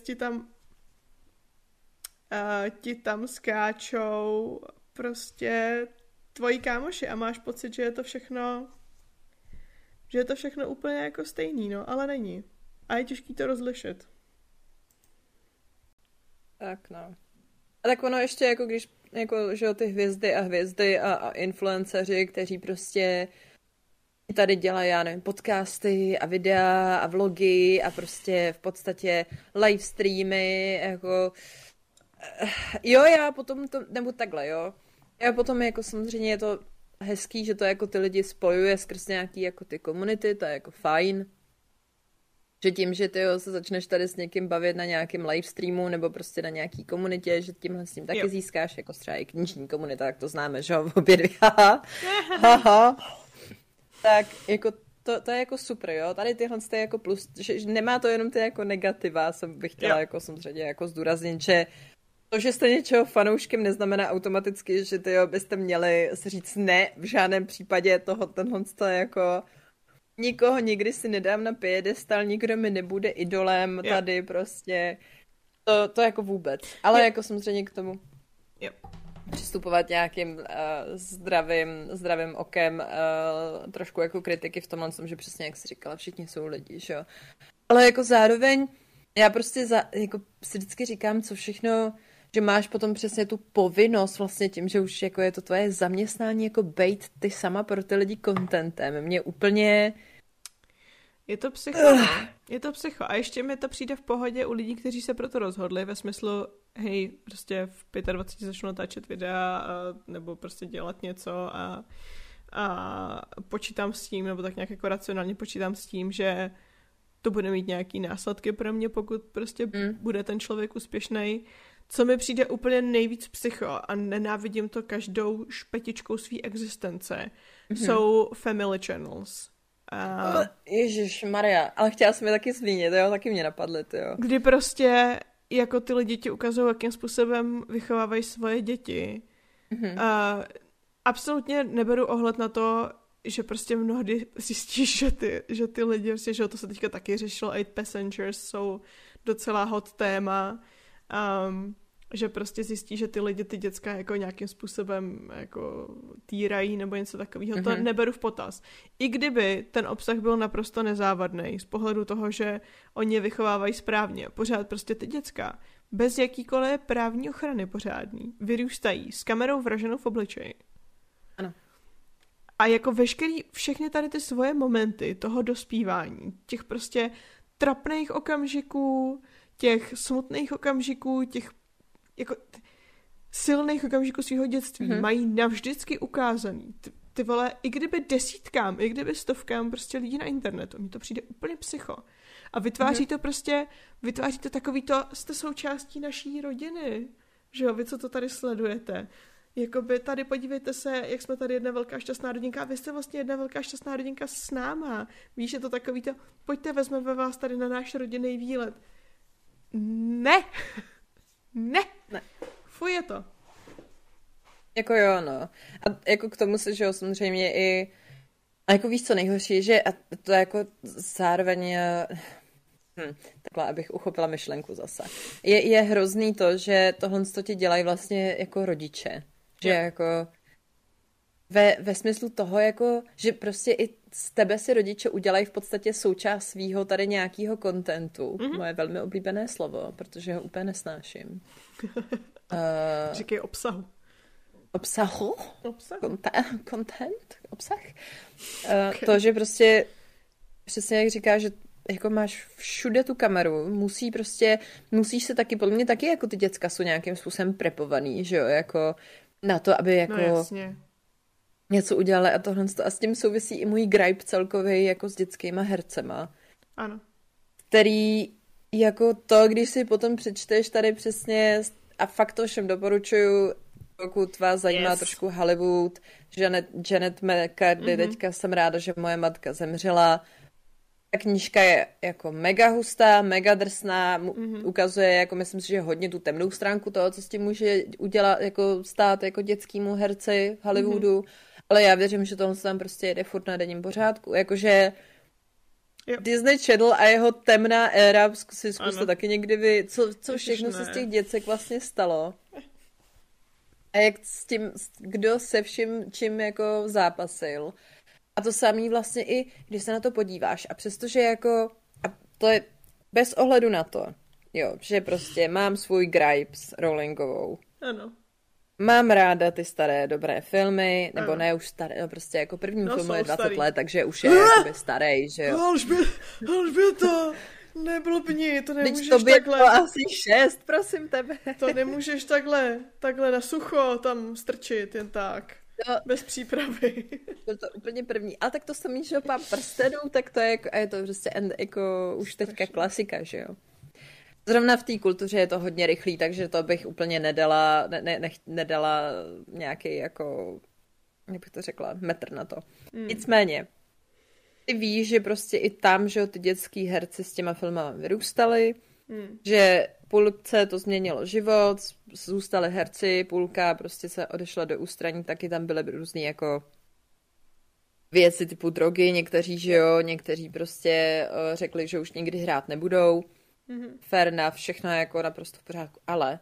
ti tam skáčou prostě tvoji kámoši a máš pocit, že je to všechno úplně jako stejný, no, ale není. A je těžký to rozlišit. Tak no. A tak ono ještě jako když, jako, že jo, ty hvězdy a influenceři, kteří prostě tady dělají, já nevím, podcasty a videa a vlogy a prostě v podstatě live streamy, jako jo, já potom to, nebo takhle, jo. Já potom jako samozřejmě je to hezký, že to jako ty lidi spojuje skrz nějaký jako ty komunity, to je jako fajn. Že tím, že ty se začneš tady s někým bavit na nějakém livestreamu nebo prostě na nějaký komunitě, že tímhle s tím taky získáš, jako třeba i knižní komunita, tak to známe, že jo, obě dvě, haha. Tak jako to je jako super, jo, tady tyhle je jako plus, že nemá to jenom ty jako negativa, bych chtěla jako samozřejmě jako zdůraznit, že to, že jste něčeho fanouškem, neznamená automaticky, že byste měli si říct ne, v žádném případě tenhle jako nikoho nikdy si nedám na piedestal, nikdo mi nebude idolem tady prostě. To jako vůbec. Ale jako samozřejmě k tomu přistupovat nějakým zdravým okem, trošku jako kritiky v tomhle, že přesně jak jsi říkala, všichni jsou lidi, že jo. Ale jako zároveň já prostě jako si vždycky říkám, co všechno, že máš potom přesně tu povinnost vlastně tím, že už jako je to tvoje zaměstnání jako bejt ty sama pro ty lidi contentem. Mě úplně... Je to psycho, je to psycho. A ještě mi to přijde v pohodě u lidí, kteří se proto rozhodli ve smyslu, hej, prostě v 25 začnu natáčet videa nebo prostě dělat něco a počítám s tím, nebo tak nějak jako racionálně počítám s tím, že to bude mít nějaký následky pro mě, pokud prostě bude ten člověk úspěšnej. Co mi přijde úplně nejvíc psycho a nenávidím to každou špetičkou své existence, jsou family channels. Ježišmarja, ale chtěla jsem je taky zmínit, jo, taky mě napadly, jo. Kdy prostě jako ty lidi ti ukazují, jakým způsobem vychovávají svoje děti. Absolutně neberu ohled na to, že prostě mnohdy zjistíš, že ty lidi, prostě, že to se teďka taky řešilo, 8 Passengers jsou docela hot téma, že prostě zjistí, že ty lidi, ty děcka jako nějakým způsobem jako týrají nebo něco takového, to neberu v potaz. I kdyby ten obsah byl naprosto nezávadný z pohledu toho, že oni je vychovávají správně, pořád prostě ty děcka bez jakýkoliv právní ochrany pořádní vyrůstají s kamerou vraženou v obličeji. Ano. A jako všechny tady ty svoje momenty toho dospívání, těch prostě trapných okamžiků, těch smutných okamžiků, těch jako silných okamžiků svého dětství mají navždycky ukázaný. Ty vole, i kdyby desítkám, i kdyby stovkám prostě lidí na internetu, mi to přijde úplně psycho. A vytváří to takový to, jste součástí naší rodiny, že jo, vy co to tady sledujete. Jakoby tady podívejte se, jak jsme tady jedna velká šťastná rodinka a vy jste vlastně jedna velká šťastná rodinka s náma. Víš, je to takový to, pojďte, vezmeme vás tady na náš rodinný výlet. Ne! Ne! Fuj je to. Jako jo, no. A jako k tomu se, že jo, samozřejmě i a jako víš, co nejhorší, že a to jako zároveň takhle, abych uchopila myšlenku zase. Je hrozný to, že tohle ti dělají vlastně jako rodiče. Že jako ve smyslu toho, jako, že prostě i z tebe si rodiče udělají v podstatě součást svýho tady nějakého kontentu. Moje velmi oblíbené slovo, protože ho úplně nesnáším. Říkej obsahu. Obsahu? Content? Obsah? Okay. To, že prostě přesně jak říkáš, že jako máš všude tu kameru, musíš se taky, podle mě taky jako ty děcka jsou nějakým způsobem prepovaný, že jo, jako na to, aby jako něco udělali a tohle. A s tím souvisí i můj gripe celkový jako s dětskýma hercema. Ano. Který jako to, když si potom přečteš tady přesně a fakt to všem doporučuju, pokud vás zajímá trošku Hollywood, Janet McCarthy, teďka jsem ráda, že moje matka zemřela. Ta knížka je jako mega hustá, mega drsná, ukazuje, jako myslím si, že hodně tu temnou stránku toho, co s tím může udělat, jako stát jako dětskýmu herci v Hollywoodu, ale já věřím, že tohle tam prostě jede furt na denním pořádku, jakože Disney Channel a jeho temná éra, zkuste taky někdy co všechno se z těch děcek vlastně stalo. A jak s tím, kdo se vším, čím jako zápasil. A to samý vlastně i, když se na to podíváš. A přestože jako, a to je bez ohledu na to, jo, že prostě mám svůj gripe s Rowlingovou. Ano. Mám ráda ty staré dobré filmy, nebo ne už staré, no prostě jako první film je 20 let, takže už je jakoby starý, že jo. Alžběta, neblbni, to nemůžeš takhle. Teď to takhle. asi 6, prosím tebe. To nemůžeš takhle na sucho tam strčit jen tak. No, Bez přípravy. byl to úplně první. Ale tak to samý, že Pán prstenů, tak to je jako, a je to prostě jako už teďka klasika, že jo. Zrovna v té kultuře je to hodně rychlý, takže to bych úplně nedala nějaký jako, jak bych to řekla, metr na to. Nicméně, ty víš, že prostě i tam, že ty dětský herci s těma filmama vyrůstali, že půlce to změnilo život, zůstali herci, půlka prostě se odešla do ústraní, taky tam byly různý jako věci typu drogy, někteří, že jo, někteří prostě řekli, že už nikdy hrát nebudou. Fair enough, všechno je jako naprosto v pořádku, ale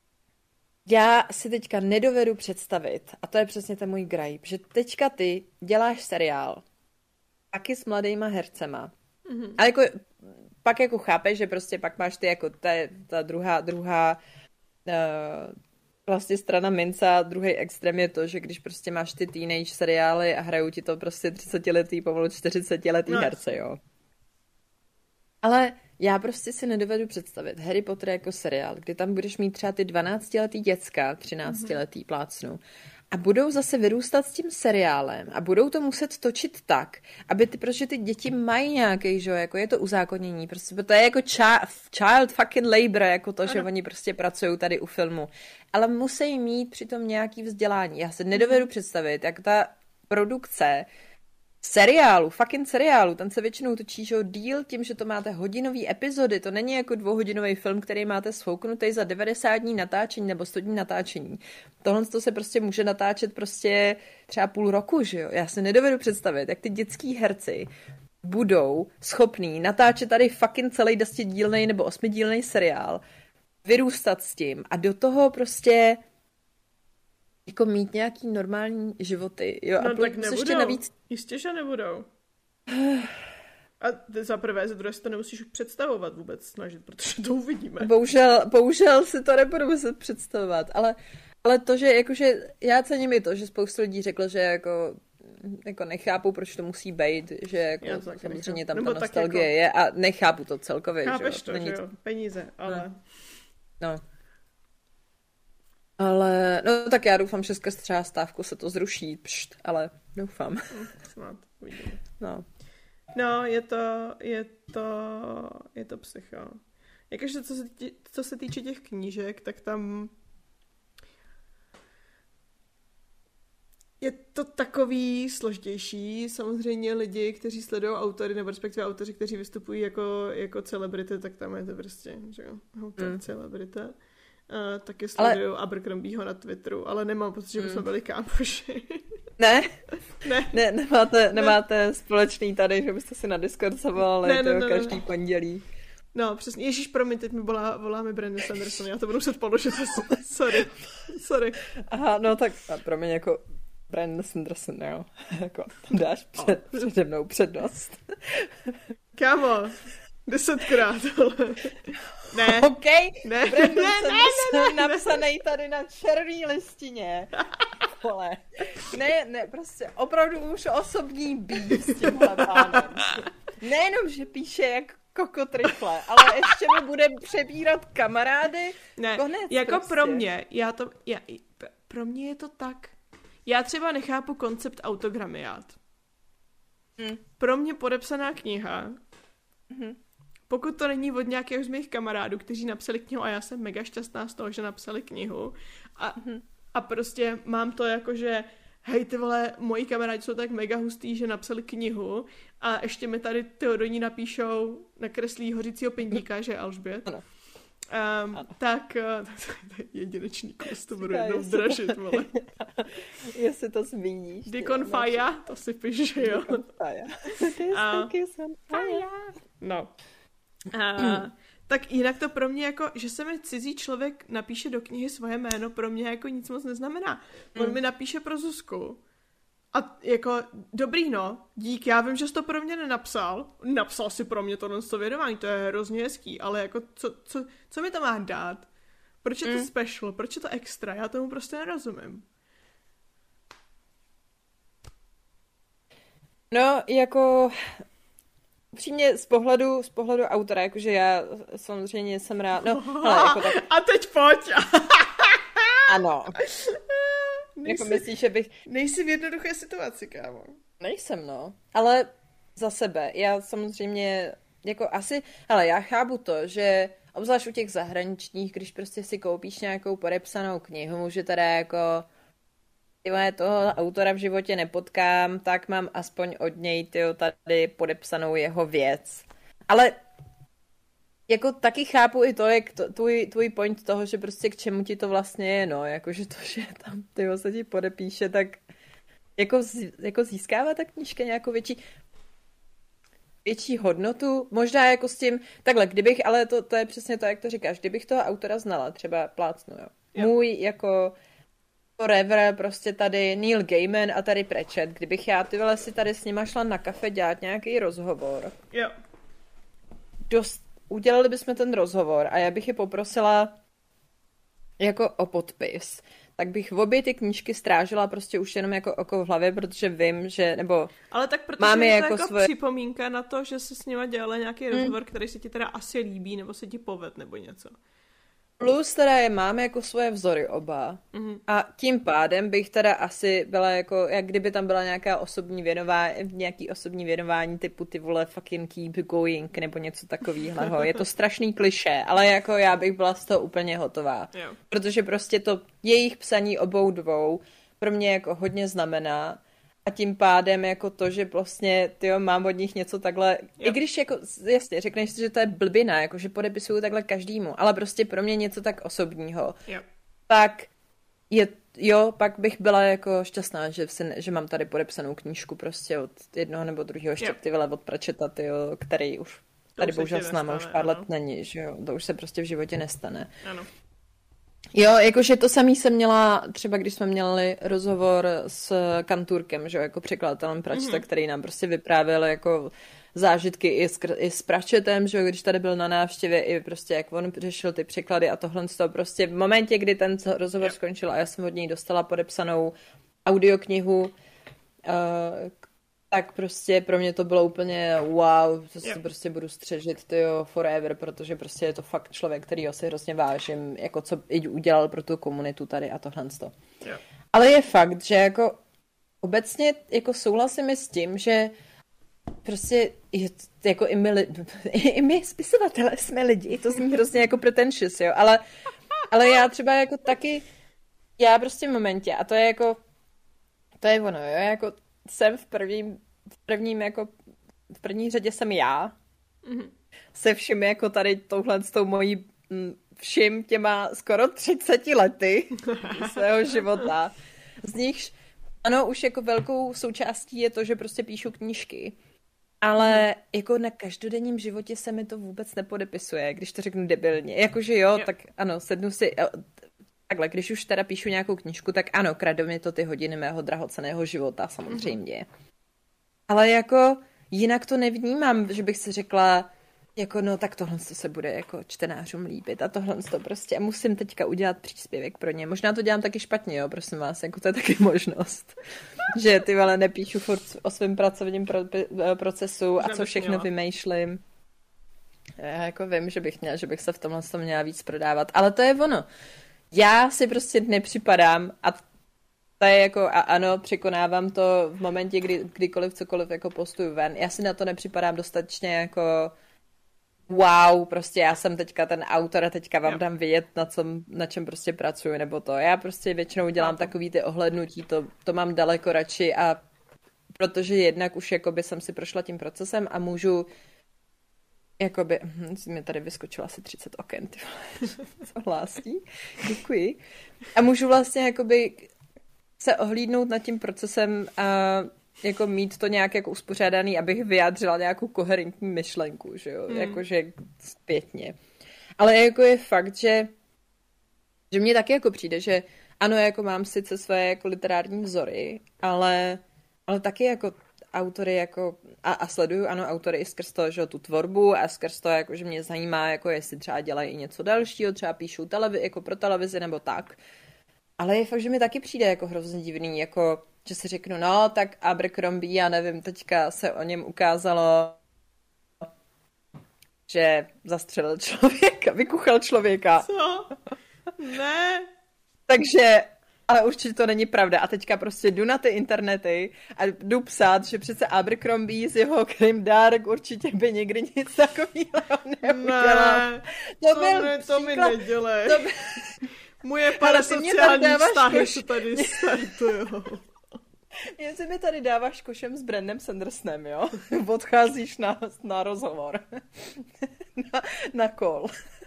já si teďka nedovedu představit, a to je přesně ten můj gripe, že teďka ty děláš seriál taky s mladýma hercema. A jako pak jako chápeš, že prostě pak máš ty jako ta druhá vlastně strana mince a druhý extrém je to, že když prostě máš ty teenage seriály a hrajou ti to prostě 30letý, pomalu 40letý herce, jo. Ale já prostě si nedovedu představit Harry Potter jako seriál, kdy tam budeš mít třeba ty 12letý děcka, 13letý plácnu a budou zase vyrůstat s tím seriálem a budou to muset točit tak, aby protože ty děti mají nějaký, že jako je to uzákonění, prostě to je jako child fucking labor, jako to, že oni prostě pracují tady u filmu, ale musí mít přitom nějaký vzdělání. Já se nedovedu představit, jak ta produkce fucking seriálu, ten se většinou točí, že díl tím, že to máte hodinový epizody, to není jako 2hodinový film, který máte sfouknutý za 90 dní natáčení nebo 100 dní natáčení. Tohle to se prostě může natáčet prostě třeba půl roku, že jo? Já se nedovedu představit, jak ty dětský herci budou schopní natáčet tady fucking celý 10dílnej nebo 8dílnej seriál, vyrůstat s tím a do toho prostě jako mít nějaký normální životy. Jo? No a tak nebudou. Ještě navíc... Jistě, že nebudou. A za prvé, za druhé si to nemusíš představovat vůbec snažit, protože to uvidíme. Bohužel si to nebudu muset představovat, ale to, že jakože já cením i to, že spoustu lidí řeklo, že jako nechápu, proč to musí být, že jako samozřejmě tam ta nostalgie jako... je a nechápu to celkově. Chápeš že to, že jo? Peníze, ale... No. Ale, no tak já doufám, že skrz třeba stávku se to zruší, ale doufám. Snad, uvidíme. No. No, je to psycho. Jakože co se týče těch knížek, tak tam je to takový složitější. Samozřejmě lidi, kteří sledují autory, nebo respektive autoři, kteří vystupují jako celebrity, tak tam je to prostě, že jo, autor celebrita. Taky sleduju Abercrombieho na Twitteru, ale nemám pocit, že bychom byli kámoši. Ne? Ne, nemáte společný tady, že byste si na Discord zavolali každý pondělí. No, přesně. Ježíš, promiň, teď mi volá mi Brandon Sanderson, já to budu muset položit. Sorry. Aha, no tak promiň, jako Brandon Sanderson, jo. Jako dáš přede mnou přednost. Kámo, 10krát, ale... Ne. OK, ne. Brandon Sanderson napsanej tady na černý listině. Vole. Ne, prostě opravdu už osobní býv s tímhle pánem. Nejenom, že píše jak kokot rychle, ale ještě mi bude přebírat kamarády. Ne, konec jako prostě. Pro mě je to tak. Já třeba nechápu koncept autogramiát. Pro mě podepsaná kniha, pokud to není od nějakého z mých kamarádů, kteří napsali knihu a já jsem mega šťastná z toho, že napsali knihu a prostě mám to jako, že hej ty vole, moji kamarádi jsou tak mega hustý, že napsali knihu a ještě mi tady do ní napíšou, nakreslí hořícího pindíka, že Alžbět. Ano. Tak to je jedinečný kus, to budu jednou zdražit, vole. Jestli to zmíníš. Dikon Faja, to si píš, že jo. Dikon Faja. No. Tak jinak to pro mě jako, že se mi cizí člověk napíše do knihy svoje jméno, pro mě jako nic moc neznamená. On mi napíše pro Zuzku. A jako, dobrý no, dík, já vím, že jsi to pro mě nenapsal. Napsal si pro mě to věnování, to je hrozně hezký, ale jako, co mi to má dát? Proč je to special? Proč je to extra? Já tomu prostě nerozumím. No, jako... Upřímně z pohledu autora, jakože já samozřejmě jsem rád, no, hele, jako tak... A teď pojď! Ano. Jako myslíš, že bych... Nejsi v jednoduché situaci, kámo. Nejsem, no. Ale za sebe. Já samozřejmě, jako asi... Hele, já chápu to, že obzvlášť u těch zahraničních, když prostě si koupíš nějakou podepsanou knihu, že teda jako... toho autora v životě nepotkám, tak mám aspoň od něj tady podepsanou jeho věc. Ale jako taky chápu i to, jak tvůj point toho, že prostě k čemu ti to vlastně je, no, jakože to, že tam se ti podepíše, tak jako získává ta knížka nějakou větší hodnotu, možná jako s tím, takhle, kdybych, ale to je přesně to, jak to říkáš, kdybych toho autora znala, třeba plácnu, jo. Můj jako forever, prostě tady Neil Gaiman a tady Pratchett, kdybych já si tady s nima šla na kafe dělat nějaký rozhovor. Jo. Udělali bychom ten rozhovor a já bych je poprosila jako o podpis. Tak bych v obě ty knížky strážila prostě už jenom jako oko v hlavě, protože vím, že, nebo ale tak protože máme je to jako svoje... připomínka na to, že se s nima dělala nějaký rozhovor, který se ti teda asi líbí, nebo se ti poved, nebo něco. Plus teda máme jako svoje vzory oba. A tím pádem bych teda asi byla jako, jak kdyby tam byla nějaký osobní věnování typu ty vole fucking keep going nebo něco takového. Je to strašný klišé, ale jako já bych byla z toho úplně hotová. Jo. Protože prostě to jejich psaní obou dvou pro mě jako hodně znamená. A tím pádem jako to, že vlastně mám od nich něco takhle, i když jako, jasně, řekneš si, že to je blbina, jako že podepisuju takhle každému, ale prostě pro mě něco tak osobního, tak pak bych byla jako šťastná, že mám tady podepsanou knížku prostě od jednoho nebo druhého, ještě ty vole od Pratchetta, který už tady bohužel s námi už pár let není, že jo, to už se prostě v životě nestane. Ano. Jo, jakože to samý jsem měla, třeba když jsme měli rozhovor s Kanturkem, že jo, jako překladatelem Pratchetta, který nám prostě vyprávěl jako zážitky i s Pratchettem, že jo, když tady byl na návštěvě, i prostě jak on řešil ty překlady a tohle z toho prostě v momentě, kdy ten rozhovor skončil a já jsem od něj dostala podepsanou audioknihu, tak prostě pro mě to bylo úplně wow, to si prostě budu střežit forever, protože prostě je to fakt člověk, kterýho si hrozně vážím, jako co udělal pro tu komunitu tady a tohle. Ale je fakt, že jako obecně jako souhlasím s tím, že prostě jako i my spisovatelé jsme lidi, to zní hrozně jako pretentious, jo, ale já třeba jako taky, já prostě v momentě, a to je jako, to je ono, jo, jako jsem v první řadě jsem já, se vším jako tady touhle s tou mojí všim těma skoro 30 lety svého života. Z nichž, ano, už jako velkou součástí je to, že prostě píšu knížky, ale jako na každodenním životě se mi to vůbec nepodepisuje, když to řeknu debilně. Jakože jo, tak ano, sednu si... Takhle, když už teda píšu nějakou knížku, tak ano, kradou mi to ty hodiny mého drahocenného života, samozřejmě. Ale jako jinak to nevnímám, že bych si řekla, jako no tak tohle se bude jako čtenářům líbit a tohle to prostě a musím teďka udělat příspěvek pro ně. Možná to dělám taky špatně, jo, prosím vás, jako to je taky možnost. Že ty vole nepíšu furt o svém pracovním procesu a co všechno vymýšlím. Já jako vím, že bych se v tomhle měla víc prodávat, ale to je ono. Já si prostě nepřipadám a to je jako, a ano, překonávám to v momentě, kdykoliv cokoliv jako postuju ven. Já si na to nepřipadám dostatečně jako wow, prostě já jsem teďka ten autor a teďka vám dám vědět, na čem prostě pracuji, nebo to. Já prostě většinou dělám takový ty ohlédnutí, to mám daleko radši a protože jednak už jakoby jsem si prošla tím procesem a můžu jakoby, mi tady vyskočilo asi 30 oken, ty co hlásí, děkuji. A můžu vlastně jakoby se ohlídnout nad tím procesem a jako mít to nějak jako uspořádaný, abych vyjádřila nějakou koherentní myšlenku, že jo, jakože zpětně. Ale jako je fakt, že mně taky jako přijde, že ano, jako mám sice své jako literární vzory, ale taky jako autory jako a sleduju, ano, autory i skrz to, že tu tvorbu a skrz to, jako, že mě zajímá, jako jestli třeba dělají i něco dalšího, třeba píšou jako pro televizi nebo tak. Ale je fakt, že mi taky přijde jako hrozně divný, jako, že si řeknu, no, tak Abercrombie, já nevím, teďka se o něm ukázalo, že zastřelil člověka, vykuchal člověka. Co? Ne. Takže ale určitě to není pravda. A teďka prostě jdu na ty internety a jdu psát, že přece Abercrombie z jeho Grim Dark určitě by nikdy nic takového neudělal. Ne, to mi nedělej. Moje parasociální vztahy se tady startujou. Jestli mi tady dáváš košem s Brandem Sandersonem, jo? Odcházíš na rozhovor. na call.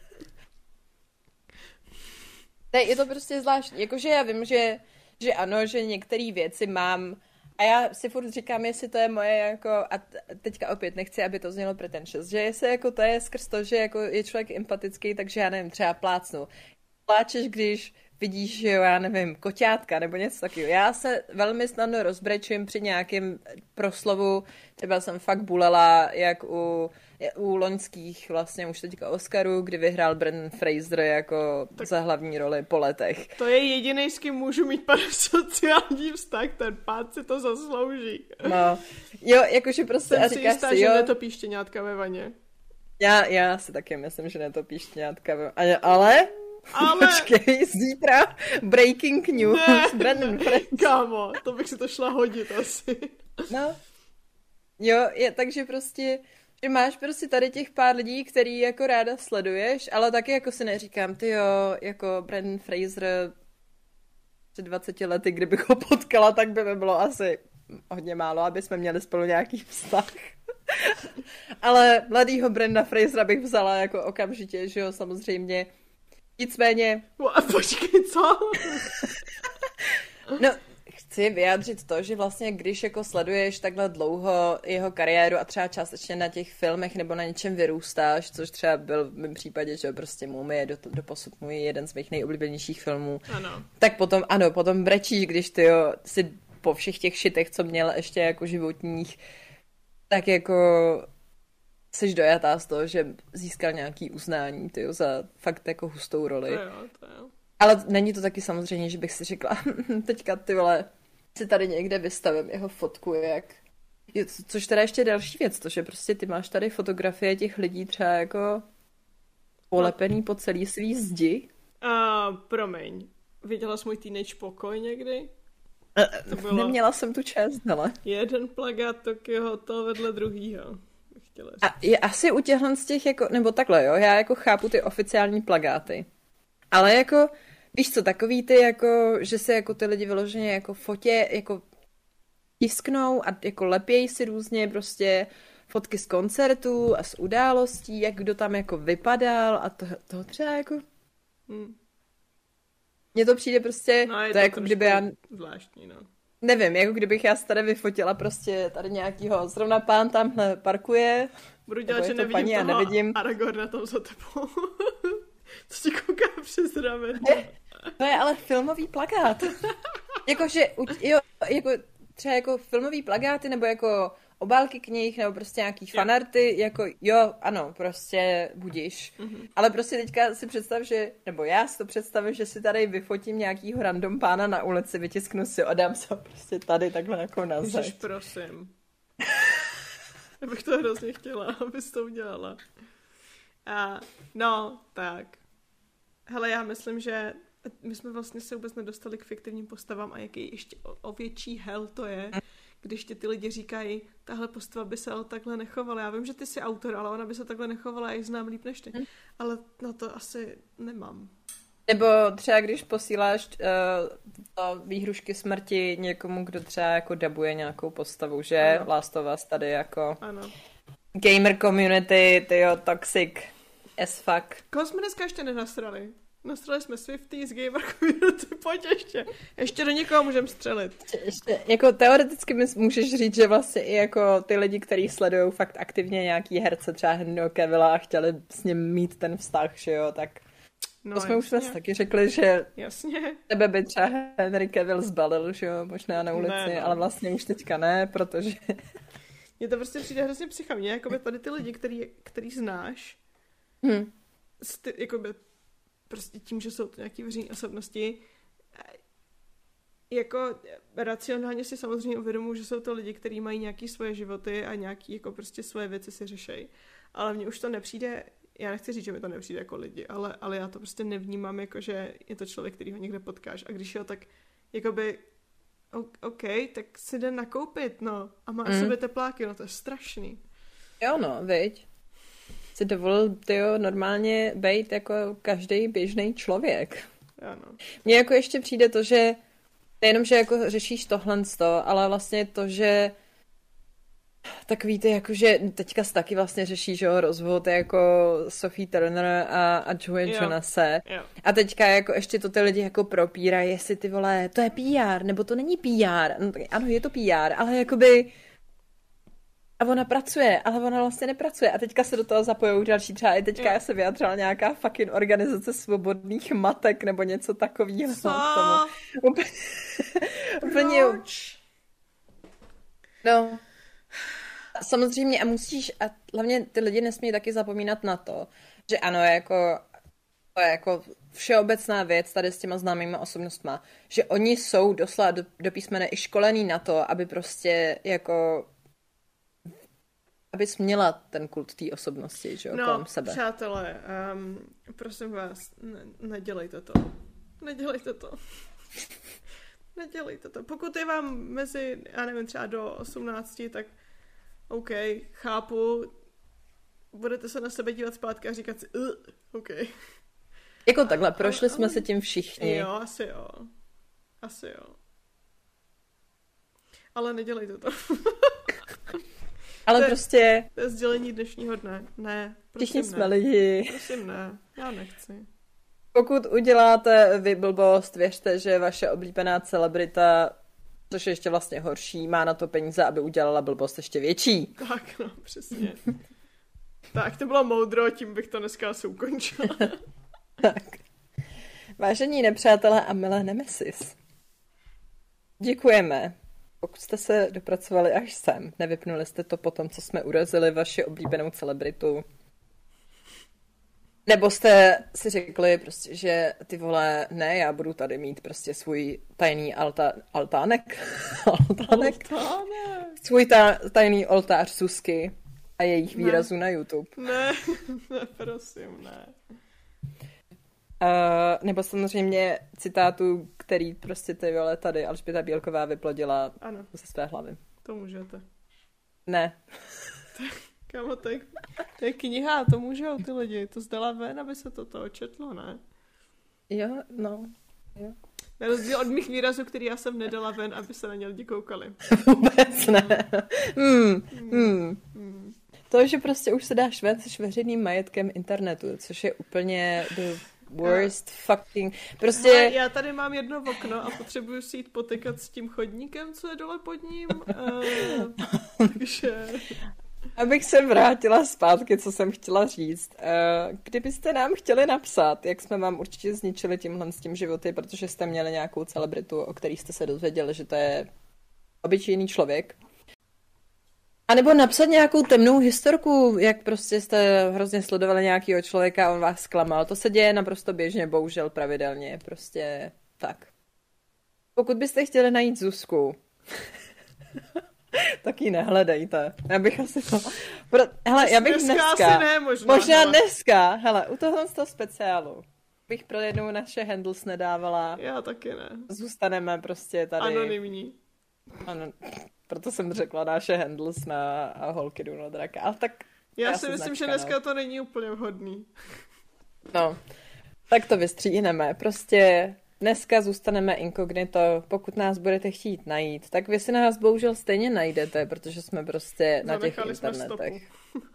Ne, je to prostě zvláštní. Jakože já vím, že ano, že některé věci mám a já si furt říkám, jestli to je moje jako, a teďka opět nechci, aby to znělo pretentious, že jestli jako to je skrz to, že jako je člověk empatický, takže já nevím, třeba plácnu. Pláčeš, když vidíš, že jo, já nevím, koťátka nebo něco takového. Já se velmi snadno rozbrečím při nějakém proslovu, třeba jsem fakt bulela, jak u loňských vlastně už teďka Oscarů, kdy vyhrál Brendan Fraser jako za hlavní roli po letech. To je jediný, s kým můžu mít parasociální vztah, ten pád si to zaslouží. No, jo, jakože prostě jsem si jistá, že netopí štěňátka ve vaně. Já si taky myslím, že netopí štěňátka ve vaně, ale... Počkej, zítra breaking news. Brandon Fraser. Kámo, to bych si to šla hodit asi. No, jo, takže prostě, že máš prostě tady těch pár lidí, který jako ráda sleduješ, ale taky jako si neříkám, ty jo, jako Brandon Fraser před 20 lety, kdybych ho potkala, tak by mi bylo asi hodně málo, aby jsme měli spolu nějaký vztah. Ale mladýho Brandona Frasera bych vzala jako okamžitě, že jo, samozřejmě. Nicméně... Počkej, co? No, chci vyjádřit to, že vlastně když jako sleduješ takhle dlouho jeho kariéru a třeba částečně na těch filmech nebo na něčem vyrůstáš, což třeba byl v mém případě, že prostě Mumie je doposud můj jeden z mých nejoblíbenějších filmů, ano. Tak potom brečíš, když ty si po všech těch šitech, co měl ještě jako životních, tak jako... jsi dojatá z toho, že získal nějaký uznání, tyjo, za fakt jako hustou roli. To jo. Ale není to taky samozřejmě, že bych si řekla, teďka ty vole, si tady někde vystavím jeho fotku, jak... Což teda ještě další věc, to, že prostě ty máš tady fotografie těch lidí třeba jako polepený po celý svý zdi. Promiň, viděla jsi můj teenage pokoj někdy? To bylo... Neměla jsem tu čest, ale... Jeden plagát Tokio, to vedle druhýho. A je asi u těchhle z těch jako, nebo takhle, jo, já jako chápu ty oficiální plagáty. Ale jako, víš co, takový ty jako, že se jako ty lidi vyloženě jako fotě, jako tisknou a jako lepějí si různě prostě fotky z koncertů a z událostí, jak kdo tam jako vypadal a to třeba jako... Mně to přijde prostě, no, je to jako kdyby já... Zvláštní, no. Nevím, jako kdybych já tady vyfotila prostě tady nějakýho, zrovna pán tamhle parkuje. Budu dělat, že nevidím toho nevidím. Aragorna tam za tebou. To ti kouká přes rameno. To je ale filmový plakát. Jakože, jo, jako třeba jako filmový plakáty, nebo jako obálky knih, nebo prostě nějaký fanarty, jako jo, ano, prostě budíš. Mm-hmm. Ale prostě teďka si představ, že, nebo já si to představím, že si tady vyfotím nějakýho random pána na ulici, vytisknu si a dám se ho prostě tady takhle jako na zeď. Ježiš, prosím. Já bych to hrozně chtěla, abys to udělala. No, tak. Hele, já myslím, že my jsme vlastně se vůbec nedostali k fiktivním postavám a jaký ještě o větší hell to je, když ti ty lidi říkají, tahle postava by se ale takhle nechovala. Já vím, že ty jsi autor, ale ona by se takhle nechovala, já ji znám líp než ty. Ale na to asi nemám. Nebo třeba když posíláš výhrušky smrti někomu, kdo třeba jako dabuje nějakou postavu, že? Ano. Last of Us tady jako... Ano. Gamer community, tyjo, toxic as fuck. Koho jsme dneska ještě nenasrali? Nastrali jsme Swifties, Gamer community, pojď ještě. Ještě do někoho můžeme střelit. Ještě, jako teoreticky můžeš říct, že vlastně i jako ty lidi, kteří sledují fakt aktivně nějaký herce, třeba Henryho Cavilla a chtěli s ním mít ten vztah, že jo, tak no, to jsme už vlastně taky řekli, že jasně. Tebe by třeba Henry Cavill zbalil, že jo, možná na ulici, ne, no. Ale vlastně už teďka ne, protože... Mně to prostě přijde hrozně psychamně, jakoby tady ty lidi, který znáš, jakoby prostě tím, že jsou to nějaký veřejné osobnosti, jako racionálně si samozřejmě uvědomuji, že jsou to lidi, kteří mají nějaké svoje životy a nějaké jako prostě svoje věci si řešejí. Ale mně už to nepřijde, já nechci říct, že mi to nepřijde jako lidi, ale já to prostě nevnímám jako, že je to člověk, který ho někde potkáš. A když jo, tak jakoby OK, tak si jde nakoupit, no. A má sobě tepláky, no to je strašný. Jo, no, viď. Si dovolil, tyjo, normálně bejt jako každý běžný člověk. Ano. Mně jako ještě přijde to, že nejenom, že jako řešíš tohle, ale vlastně to, že takový ty, jakože teďka se taky vlastně řeší, že jo, rozvod jako Sophie Turner a Joe Jonase. Jo. A teďka jako ještě to ty lidi jako propírají, jestli ty vole, to je PR, nebo to není PR. No, tak ano, je to PR, ale jakoby a ona pracuje, ale ona vlastně nepracuje. A teďka se do toho zapojou další třeba i teďka se vyjadřila nějaká fucking organizace svobodných matek nebo něco takového. Co? Úplně. No. Samozřejmě a musíš, a hlavně ty lidi nesmí taky zapomínat na to, že ano, jako to je jako všeobecná věc tady s těma známýma osobnostma, že oni jsou doslova do písmene i školení na to, aby prostě jako abys měla ten kult té osobnosti, že jo, kolem sebe. No, přátelé, prosím vás, nedělejte to. Nedělejte to. Nedělejte to. Pokud je vám mezi, já nevím, třeba do 18, tak OK, chápu, budete se na sebe dívat zpátky a říkat si, OK. Jako takhle, prošli jsme se tím všichni. Jo, asi jo. Asi jo. Ale nedělejte to. Ale prostě to je sdělení dnešního dne. Ne, všichni jsme lidi. Prosím ne, já nechci. Pokud uděláte vy blbost, věřte, že vaše oblíbená celebrita, což je ještě vlastně horší, má na to peníze, aby udělala blbost ještě větší. Tak, no, přesně. Tak, to bylo moudro, tím bych to dneska asi ukončila. Tak. Vážení nepřátelé a milé nemesis, děkujeme. Pokud jste se dopracovali až sem, nevypnuli jste to potom, co jsme urazili vaši oblíbenou celebritu. Nebo jste si řekli prostě, že ty vole, ne, já budu tady mít prostě svůj tajný altánek. Svůj tajný oltář Zuzky a jejich výrazů na YouTube. Ne, prosím, ne. Nebo samozřejmě citátu, který prostě ty vole tady Alžběta Bílková vyplodila ze své hlavy. To můžete. Ne. Kámo, to je kniha, to můžou ty lidi. To zdala ven, aby se to četlo, ne? Jo, no. Jo. Na rozdíl od mých výrazů, který já jsem nedala ven, aby se na ně lidi koukali. Vůbec ne. To, že prostě už se dáš ven, jsi veřejným majetkem internetu, což je úplně the worst fucking... Prostě... Hele, já tady mám jedno okno a potřebuju si jít potykat s tím chodníkem, co je dole pod ním. Takže... Abych se vrátila zpátky, co jsem chtěla říct. Kdybyste nám chtěli napsat, jak jsme vám určitě zničili tímhle s tím životy, protože jste měli nějakou celebritu, o který jste se dozvěděli, že to je obyčejný člověk. A nebo napsat nějakou temnou historku, jak prostě jste hrozně sledovali nějakého člověka a on vás zklamal. To se děje naprosto běžně, bohužel pravidelně. Prostě tak. Pokud byste chtěli najít Zuzku, tak ji nehledejte. Já bych asi to... Hele, já bych dneska... Ne, možná dneska. Hele, u tohle z toho speciálu bych pro jednou naše handles nedávala. Já taky ne. Zůstaneme prostě tady... Anonymní. Ano, proto jsem řekla naše handles na holky jdu na draka. Ale tak... Já si myslím, že dneska to není úplně vhodný. No, tak to vystříhneme. Prostě... Dneska zůstaneme inkognito, pokud nás budete chtít najít, tak vy si nás bohužel stejně najdete, protože jsme prostě na těch internetech.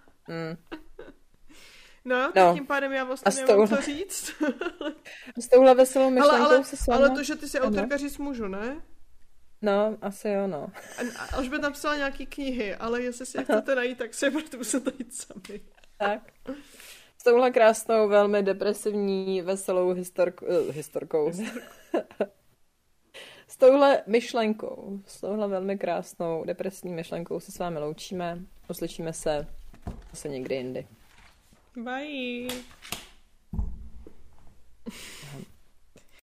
No, tím pádem já vlastně nemám co říct. S touhle veselou myšlenkou se s váma... Ale to, že ty jsi autorka, říct můžu, ne? No, asi jo, no. Až by napsala nějaký knihy, ale jestli si je chcete najít, tak se budete muset najít sami. Tak. S touhle krásnou, velmi depresivní, veselou historkou. S touhle myšlenkou, s touhle velmi krásnou, depresivní myšlenkou se s vámi loučíme. Uslyšíme se zase někdy jindy. Bye.